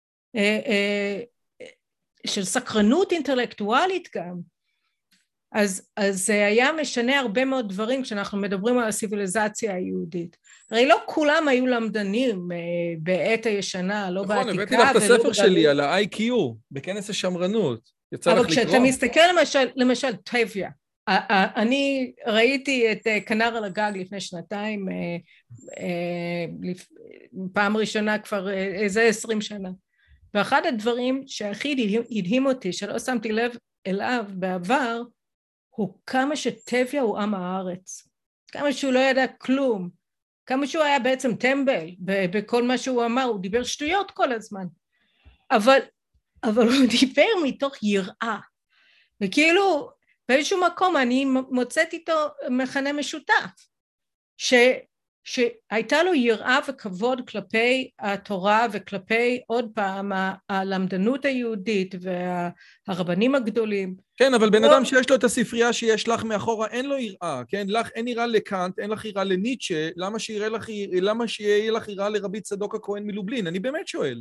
של סקרנות אינטלקטואלית גם, אז, אז זה היה משנה הרבה מאוד דברים כשאנחנו מדברים על הסיביליזציה היהודית. הרי לא כולם היו למדנים בעת הישנה, לא בעתיקה. נכון, הבאתי לך את הספר שלי על ה-איי קיו, בכנס השמרנות. אבל כשאתה מסתכל למשל, למשל טביה, אני ראיתי את כנר על הגג לפני שנתיים, פעם ראשונה כבר איזה עשרים שנה, ואחד הדברים שהכי הדהים אותי, שלא שמתי לב אליו בעבר, הוא כמה שטביה הוא עם הארץ, כמה שהוא לא ידע כלום, כמה שהוא היה בעצם טמבל בכל מה שהוא אמר, הוא דיבר שטויות כל הזמן, אבל, אבל הוא דיבר מתוך יראה, וכאילו באיזשהו מקום אני מוצאת איתו מכנה משותף, ש, שהייתה לו יראה וכבוד כלפי התורה וכלפי עוד פעם הלמדנות היהודית והרבנים הגדולים. כן, אבל בן אדם שיש לו את הספרייה שיש לך מאחורה, אין לו יראה, כן? לך אין יראה לקאנט, אין לך יראה לניטשה, למה שיהיה לך, למה שיהיה לך יראה לרבי צדוק הכהן מלובלין? אני באמת שואל.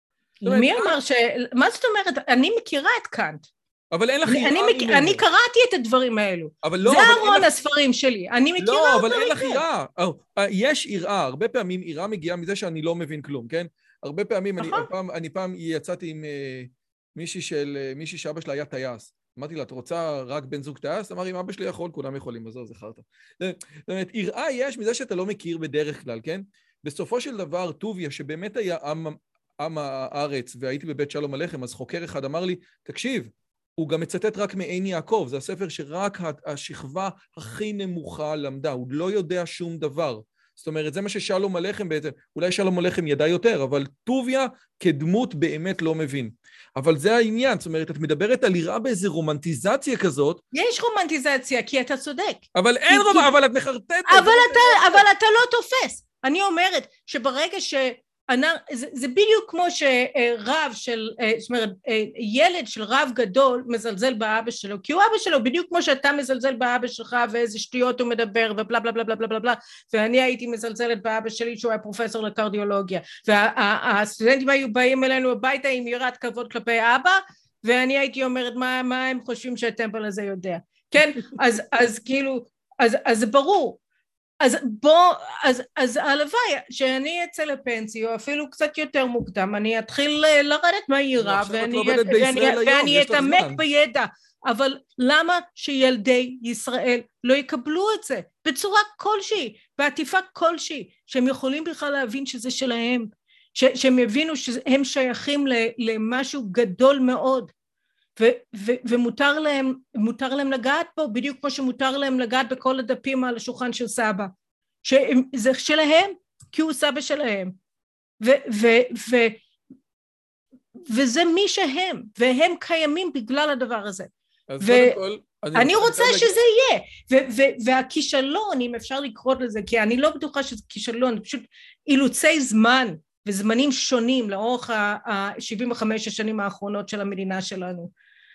מי אמר ש... מה זאת אומרת? אני מכירה את קאנט. אבל אין לך יראה ממנו. אני קראתי את הדברים האלו. לא, זה ארון הספרים שלי. אני מכירה לא, אותו. אבל אין לך יראה. יש יראה. הרבה פעמים יראה מגיעה מזה שאני לא מבין כלום, כן? הרבה פעמים, אני פעם, אני פעם יצאתי עם מישהי של, מישהי שאבא שלה היה טייס. אמרתי לה, את רוצה רק בן זוג טייס? אמר, אם אבא שלי יכול, כולם יכולים. אז זהו, זכרת. זאת אומרת, יראה יש מזה שאתה לא מכיר בדרך כלל, כן? בסופו של דבר, טוביה, שבאמת היה עם, עם הארץ, והייתי בבית שלום עליכם, אז חוקר אחד אמר לי, תקשיב, הוא גם מצטט רק מעין יעקב, זה הספר שרק השכבה הכי נמוכה למדה, הוא לא יודע שום דבר. זאת אומרת, זה מה ששלום עליכם בעצם, אולי שלום עליכם ידע יותר, אבל טוביה כדמות באמת לא מבין. אבל זה העניין, זאת אומרת, את מדברת על יראה באיזו רומנטיזציה כזאת. יש רומנטיזציה, כי אתה צודק. אבל אין רומנטיזציה, אבל את מחרטטת. אבל אתה, אבל אתה לא תופס. אני אומרת שברגע ש... זה, זה בדיוק כמו שרב של, זאת אומרת, ילד של רב גדול מזלזל באבא שלו, כי הוא אבא שלו, בדיוק כמו שאתה מזלזל באבא שלך ואיזה שטויות הוא מדבר ובלה בלה בלה בלה בלה בלה, ואני הייתי מזלזלת באבא שלי שהוא היה פרופסור לקרדיולוגיה, והסטודנטים היו באים אלינו הביתה עם יראת כבוד כלפי אבא, ואני הייתי אומרת מה, מה הם חושבים שהטמפל הזה יודע, כן? אז, אז כאילו, אז, אז זה ברור. אז בוא, אז, אז הלוואי שאני אצא לפנסיה, או אפילו קצת יותר מוקדם, אני אתחיל לרדת מהירה, ואני, ואני, ואני אתעמק בידע, אבל למה שילדי ישראל לא יקבלו את זה? בצורה כלשהי, בעטיפה כלשהי, שהם יכולים בכלל להבין שזה שלהם, ש, שהם יבינו שהם שייכים למשהו גדול מאוד, ו, ו, ומותר להם, מותר להם לגעת פה, בדיוק כמו שמותר להם לגעת בכל הדפים על השולחן של סבא, שזה שלהם, כי הוא סבא שלהם, ו, ו, ו, וזה מי שהם, והם קיימים בגלל הדבר הזה. ואני רוצה שזה יהיה, ו, ו, והכישלון, אם אפשר לקרוא לזה, כי אני לא בטוחה שזה כישלון, פשוט אילוצי זמן, וזמנים שונים לאורך ה-שבעים וחמש השנים האחרונות של המדינה שלנו.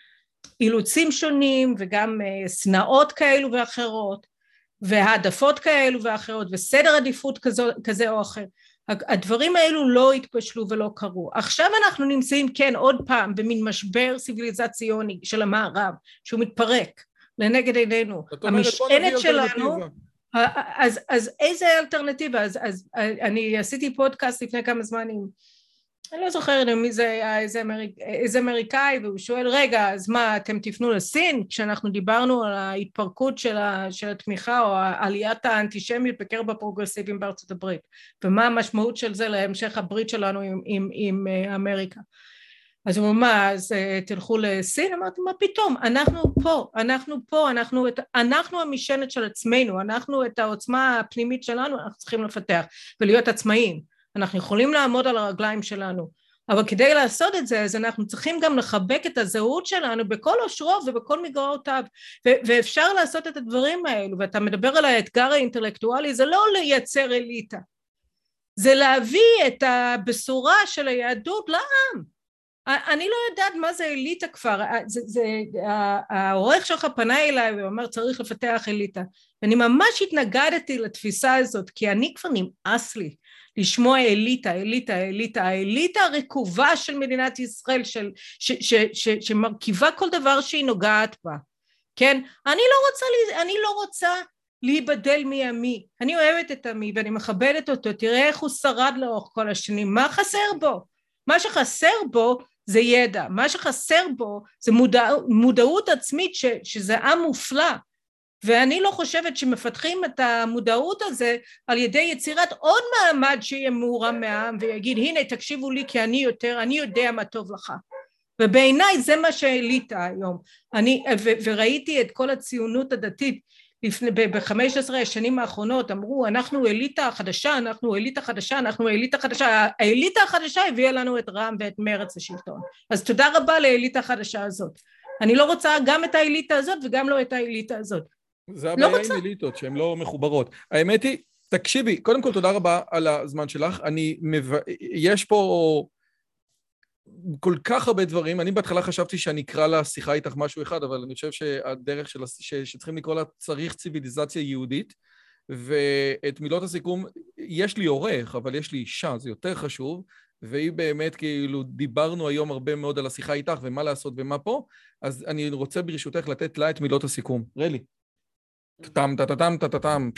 אילוצים שונים וגם סנאות כאלו ואחרות, והעדפות כאלו ואחרות, וסדר עדיפות כזה, כזה או אחר. הדברים האלו לא התפשלו ולא קרו. עכשיו אנחנו נמצאים כן עוד פעם במין משבר ציוויליזציוני של המערב, שהוא מתפרק לנגד עינינו. המשענת שלנו, אז, אז איזה אלטרנטיבה? אז, אז אני עשיתי פודקאסט לפני כמה זמנים, אני לא זוכרת מי זה היה, איזה, אמריק, איזה אמריקאי, והוא שואל, רגע, אז מה, אתם תפנו לסין? כשאנחנו דיברנו על ההתפרקות של, ה, של התמיכה, או עליית האנטישמיות בקרב הפרוגרסיבים בארצות הברית, ומה המשמעות של זה להמשך הברית שלנו עם, עם, עם אמריקה. אז הוא אומר, מה, אז תלכו לסין? אמרתי, מה פתאום? אנחנו פה, אנחנו פה, אנחנו, את, אנחנו המשענת של עצמנו, אנחנו את העוצמה הפנימית שלנו, אנחנו צריכים לפתח, ולהיות עצמאיים. אנחנו יכולים לעמוד על הרגליים שלנו, אבל כדי לעשות את זה, אז אנחנו צריכים גם לחבק את הזהות שלנו בכל אושרו ובכל מגרעותיו, ו- ואפשר לעשות את הדברים האלו, ואתה מדבר על האתגר האינטלקטואלי, זה לא לייצר אליטה, זה להביא את הבשורה של היהדות לעם. אני לא יודעת מה זה אליטה כבר, זה, זה, העורך שלך פנה אליי ואומר צריך לפתח אליטה, ואני ממש התנגדתי לתפיסה הזאת, כי אני כבר נמאס לי, לשמוע אליטה, אליטה, אליטה, האליטה הרקובה של מדינת ישראל, של, ש, ש, ש, שמרכיבה כל דבר שהיא נוגעת בה, כן? אני לא רוצה, אני לא רוצה להיבדל מעמי, אני אוהבת את עמי ואני מכבדת אותו, תראה איך הוא שרד לאורך כל השנים, מה חסר בו? מה שחסר בו זה ידע, מה שחסר בו זה מודע, מודעות עצמית ש, שזה עם מופלא, ואני לא חושבת שמפתחים את המודעות הזה על ידי יצירת עוד מעמד שיהיה מורם מהעם ויגיד הנה תקשיבו לי כי אני יותר, אני יודע מה טוב לך, ובעיניי זה מה שהאליטה היום. אני ו, וראיתי את כל הציונות הדתית לפני ב-חמש עשרה השנים האחרונות, אמרו אנחנו אליטה חדשה, אנחנו אליטה חדשה, אנחנו אליטה חדשה, האליטה החדשה הביאה לנו את רע"מ ואת מרצ לשלטון, אז תודה רבה לאליטה החדשה הזאת. אני לא רוצה גם את האליטה הזאת וגם לא את האליטה הזאת. זה הבעיה עם אליטות, שהן לא מחוברות. האמת היא, תקשיבי, קודם כל תודה רבה על הזמן שלך, אני מב... יש פה כל כך הרבה דברים, אני בהתחלה חשבתי שאני אקרא לשיחה איתך משהו אחד, אבל אני חושב שהדרך של... ש... שצריכים לקרוא לה צריך ציוויליזציה יהודית, ואת מילות הסיכום, יש לי עורך, אבל יש לי אישה, זה יותר חשוב, והיא באמת כאילו, דיברנו היום הרבה מאוד על השיחה איתך, ומה לעשות ומה פה, אז אני רוצה ברשותך לתת לה את מילות הסיכום. רלי. טאטם, טאטם, טאטם.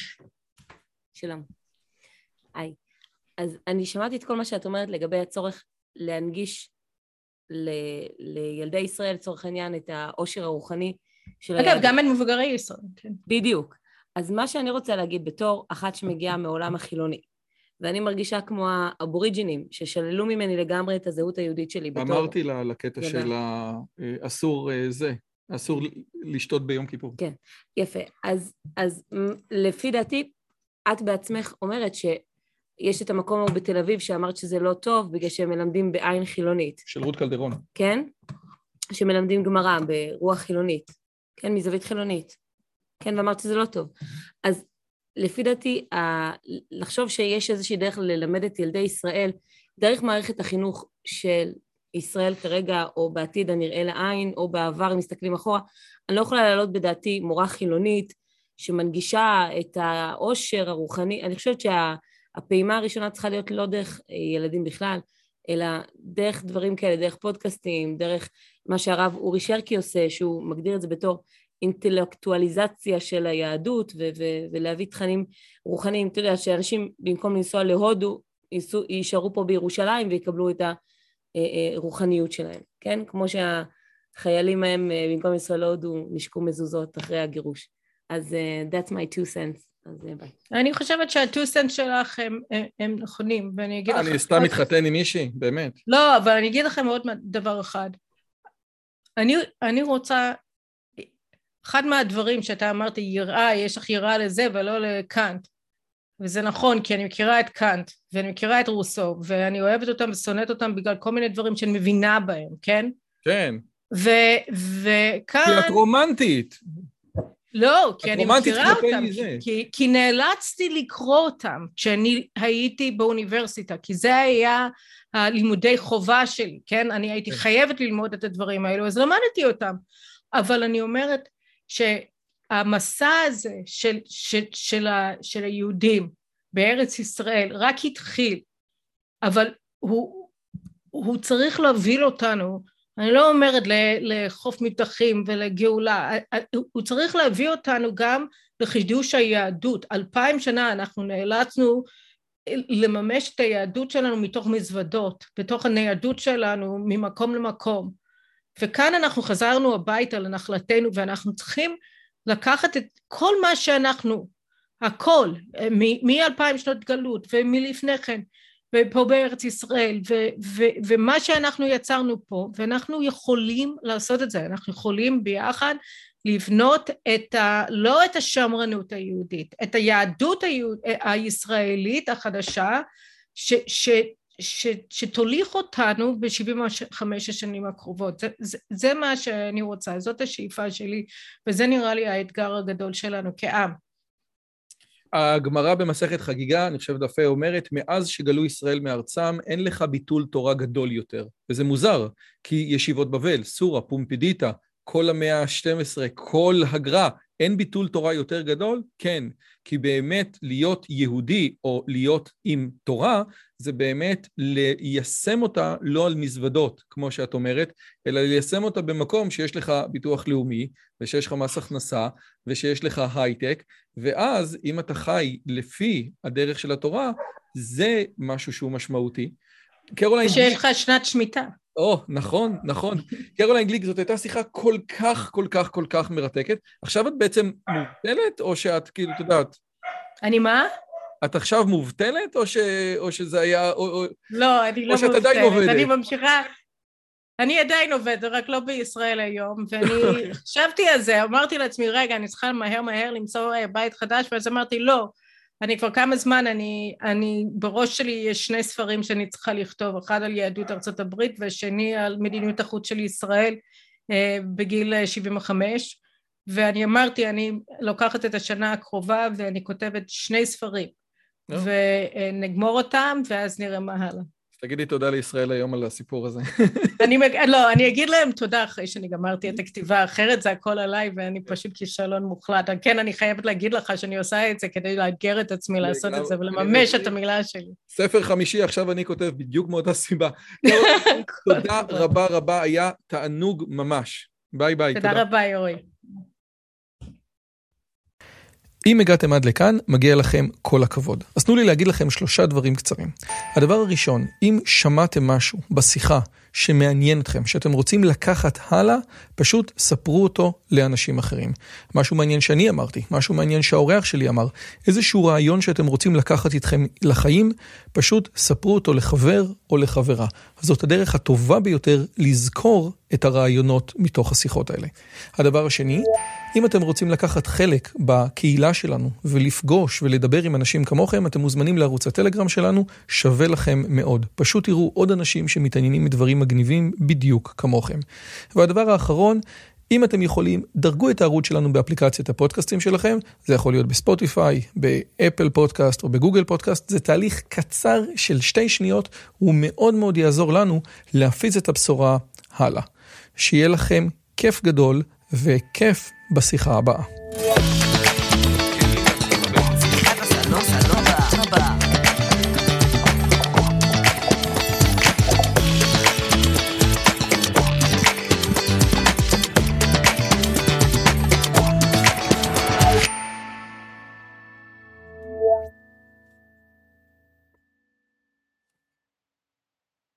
שלום. היי. אז אני שמעתי את כל מה שאת אומרת לגבי הצורך להנגיש ל... לילדי ישראל, לצורך העניין, את העושר הרוחני של אגב, הילד... גם את מבוגרי ישראל. כן. בדיוק. אז מה שאני רוצה להגיד בתור אחת שמגיעה מעולם החילוני, ואני מרגישה כמו האבוריג'ינים, ששללו ממני לגמרי את הזהות היהודית שלי בתור... אמרתי לה לקטע של האסור זה. אסור לשתות ביום כיפור. כן, יפה. אז, אז לפי דעתי, את בעצמך אומרת שיש את המקום ההוא בתל אביב שאמרת שזה לא טוב, בגלל שהם מלמדים בעין חילונית. של רות קלדרון. כן? שמלמדים גמרא ברוח חילונית. כן, מזווית חילונית. כן, ואמרת שזה לא טוב. אז לפי דעתי, לחשוב שיש איזושהי דרך ללמד את ילדי ישראל, דרך מערכת החינוך של... ישראל כרגע, או בעתיד הנראה לעין, או בעבר, אם מסתכלים אחורה, אני לא יכולה להעלות בדעתי מורה חילונית, שמנגישה את העושר הרוחני. אני חושבת שהפעימה הראשונה צריכה להיות לא דרך ילדים בכלל, אלא דרך דברים כאלה, דרך פודקאסטים, דרך מה שהרב אורי שרקי עושה, שהוא מגדיר את זה בתור אינטלקטואליזציה של היהדות, ו- ו- ולהביא תכנים רוחניים. אתה יודע, שאנשים במקום לנסוע להודו, יישארו פה בירושלים, ויקבלו את ה... רוחניות שלהם, כן? כמו שהחיילים הם במקום ישראל להודו נשקו מזוזות אחרי הגירוש. אז uh, that's my two cents. אז ביי. אני חושבת שה-two cents שלך הם, הם, הם נכונים, ואני אגיד לך... אני סתם עוד... מתחתן עם מישהי, באמת. לא, אבל אני אגיד לכם עוד דבר אחד. אני, אני רוצה... אחד מהדברים שאתה אמרת, יראה, יש לך יראה לזה ולא לקאנט. וזה נכון, כי אני מכירה את קאנט, ואני מכירה את רוסו, ואני אוהבת אותם ושונאת אותם בגלל כל מיני דברים שאני מבינה בהם, כן? כן. ו- וכאן... כי את רומנטית. לא, כי אני רומנטית מכירה כלפי אותם, זה. כי, כי נאלצתי לקרוא אותם כשאני הייתי באוניברסיטה, כי זה היה הלימודי חובה שלי, כן? אני הייתי חייבת ללמוד את הדברים האלו, אז למדתי אותם. אבל אני אומרת שהמסע הזה של, של, של, ה, של היהודים בארץ ישראל רק התחיל, אבל הוא, הוא צריך להוביל אותנו, אני לא אומרת לחוף מבטחים ולגאולה, הוא צריך להביא אותנו גם לחידוש היהדות. אלפיים שנה אנחנו נאלצנו לממש את היהדות שלנו מתוך מזוודות, בתוך הניידות שלנו ממקום למקום. וכאן אנחנו חזרנו הביתה לנחלתנו, ואנחנו צריכים לקחת את כל מה שאנחנו, הכל, מ-אלפיים שנות גלות ומלפני כן, ופה בארץ ישראל, ו- ו- ומה שאנחנו יצרנו פה, ואנחנו יכולים לעשות את זה, אנחנו יכולים ביחד לבנות את ה, לא את השמרנות היהודית, את היהדות היהוד, הישראלית החדשה, ש, ש, ש, שתוליך אותנו ב-שבעים וחמש השנים הקרובות. זה, זה, זה מה שאני רוצה, זאת השאיפה שלי, וזה נראה לי האתגר הגדול שלנו כעם. הגמרא במסכת חגיגה, אני חושב דף ה' אומרת, מאז שגלו ישראל מארצם, אין לך ביטול תורה גדול יותר. וזה מוזר, כי ישיבות בבל, סורה, פומפידיטה, כל המאה ה-שתים עשרה, כל הגר"א, אין ביטול תורה יותר גדול? כן, כי באמת להיות יהודי או להיות עם תורה, זה באמת ליישם אותה לא על מזוודות, כמו שאת אומרת, אלא ליישם אותה במקום שיש לך ביטוח לאומי, ושיש לך מס הכנסה, ושיש לך הייטק, ואז אם אתה חי לפי הדרך של התורה, זה משהו שהוא משמעותי. קרוליין שיש לך שנת שמיטה. או, נכון, נכון. קרוליין גליק, זאת הייתה שיחה כל כך, כל כך, כל כך מרתקת. עכשיו את בעצם מובטלת, או שאת כאילו, את יודעת? אני מה? את עכשיו מובטלת, או, ש... או שזה היה... או... לא, אני לא מובטלת. אני ממשיכה... אני עדיין עובדת, רק לא בישראל היום, ואני חשבתי על זה, אמרתי לעצמי, רגע, אני צריכה מהר מהר למצוא בית חדש, ואז אמרתי, לא, אני כבר כמה זמן, אני, אני, בראש שלי יש שני ספרים שאני צריכה לכתוב, אחד על יהדות ארצות הברית, והשני על מדיניות החוץ של ישראל, אה, בגיל שבעים וחמש, ואני אמרתי, אני לוקחת את השנה הקרובה, ואני כותבת שני ספרים, no. ונגמור אותם, ואז נראה מה הלאה. תגידי תודה לישראל היום על הסיפור הזה. אני, לא, אני אגיד להם תודה אחרי שאני גמרתי את הכתיבה, אחרת זה הכל עליי, ואני פשוט כישלון מוחלט. כן, אני חייבת להגיד לך שאני עושה את זה כדי לאתגר את עצמי לעשות את זה, ולממש את המילה שלי. ספר חמישי, עכשיו אני כותב בדיוק מאותה סיבה. תודה רבה רבה, היה תענוג ממש. ביי ביי. תודה רבה, יורי. אם הגעתם עד לכאן, מגיע לכם כל הכבוד. אז תנו לי להגיד לכם שלושה דברים קצרים. הדבר הראשון, אם שמעתם משהו בשיחה שמעניין אתכם, שאתם רוצים לקחת הלאה, פשוט ספרו אותו לאנשים אחרים. משהו מעניין שאני אמרתי, משהו מעניין שהאורח שלי אמר, איזשהו רעיון שאתם רוצים לקחת איתכם לחיים, פשוט ספרו אותו לחבר או לחברה. אז זאת הדרך הטובה ביותר לזכור את הרעיונות מתוך השיחות האלה. הדבר השני, אם אתם רוצים לקחת חלק בקהילה שלנו ולפגוש ולדבר עם אנשים כמוכם, אתם מוזמנים לערוץ הטלגרם שלנו, שווה לכם מאוד. פשוט תראו עוד אנשים שמתעניינים מדברים מגניבים בדיוק כמוכם. והדבר האחרון, אם אתם יכולים, דרגו את הערוץ שלנו באפליקציית הפודקאסטים שלכם, זה יכול להיות בספוטיפיי, באפל פודקאסט או בגוגל פודקאסט, זה תהליך קצר של שתי שניות, הוא מאוד מאוד יעזור לנו להפיץ את הבשורה הלאה. שיהיה לכם כיף גדול וכיף בשיחה הבאה.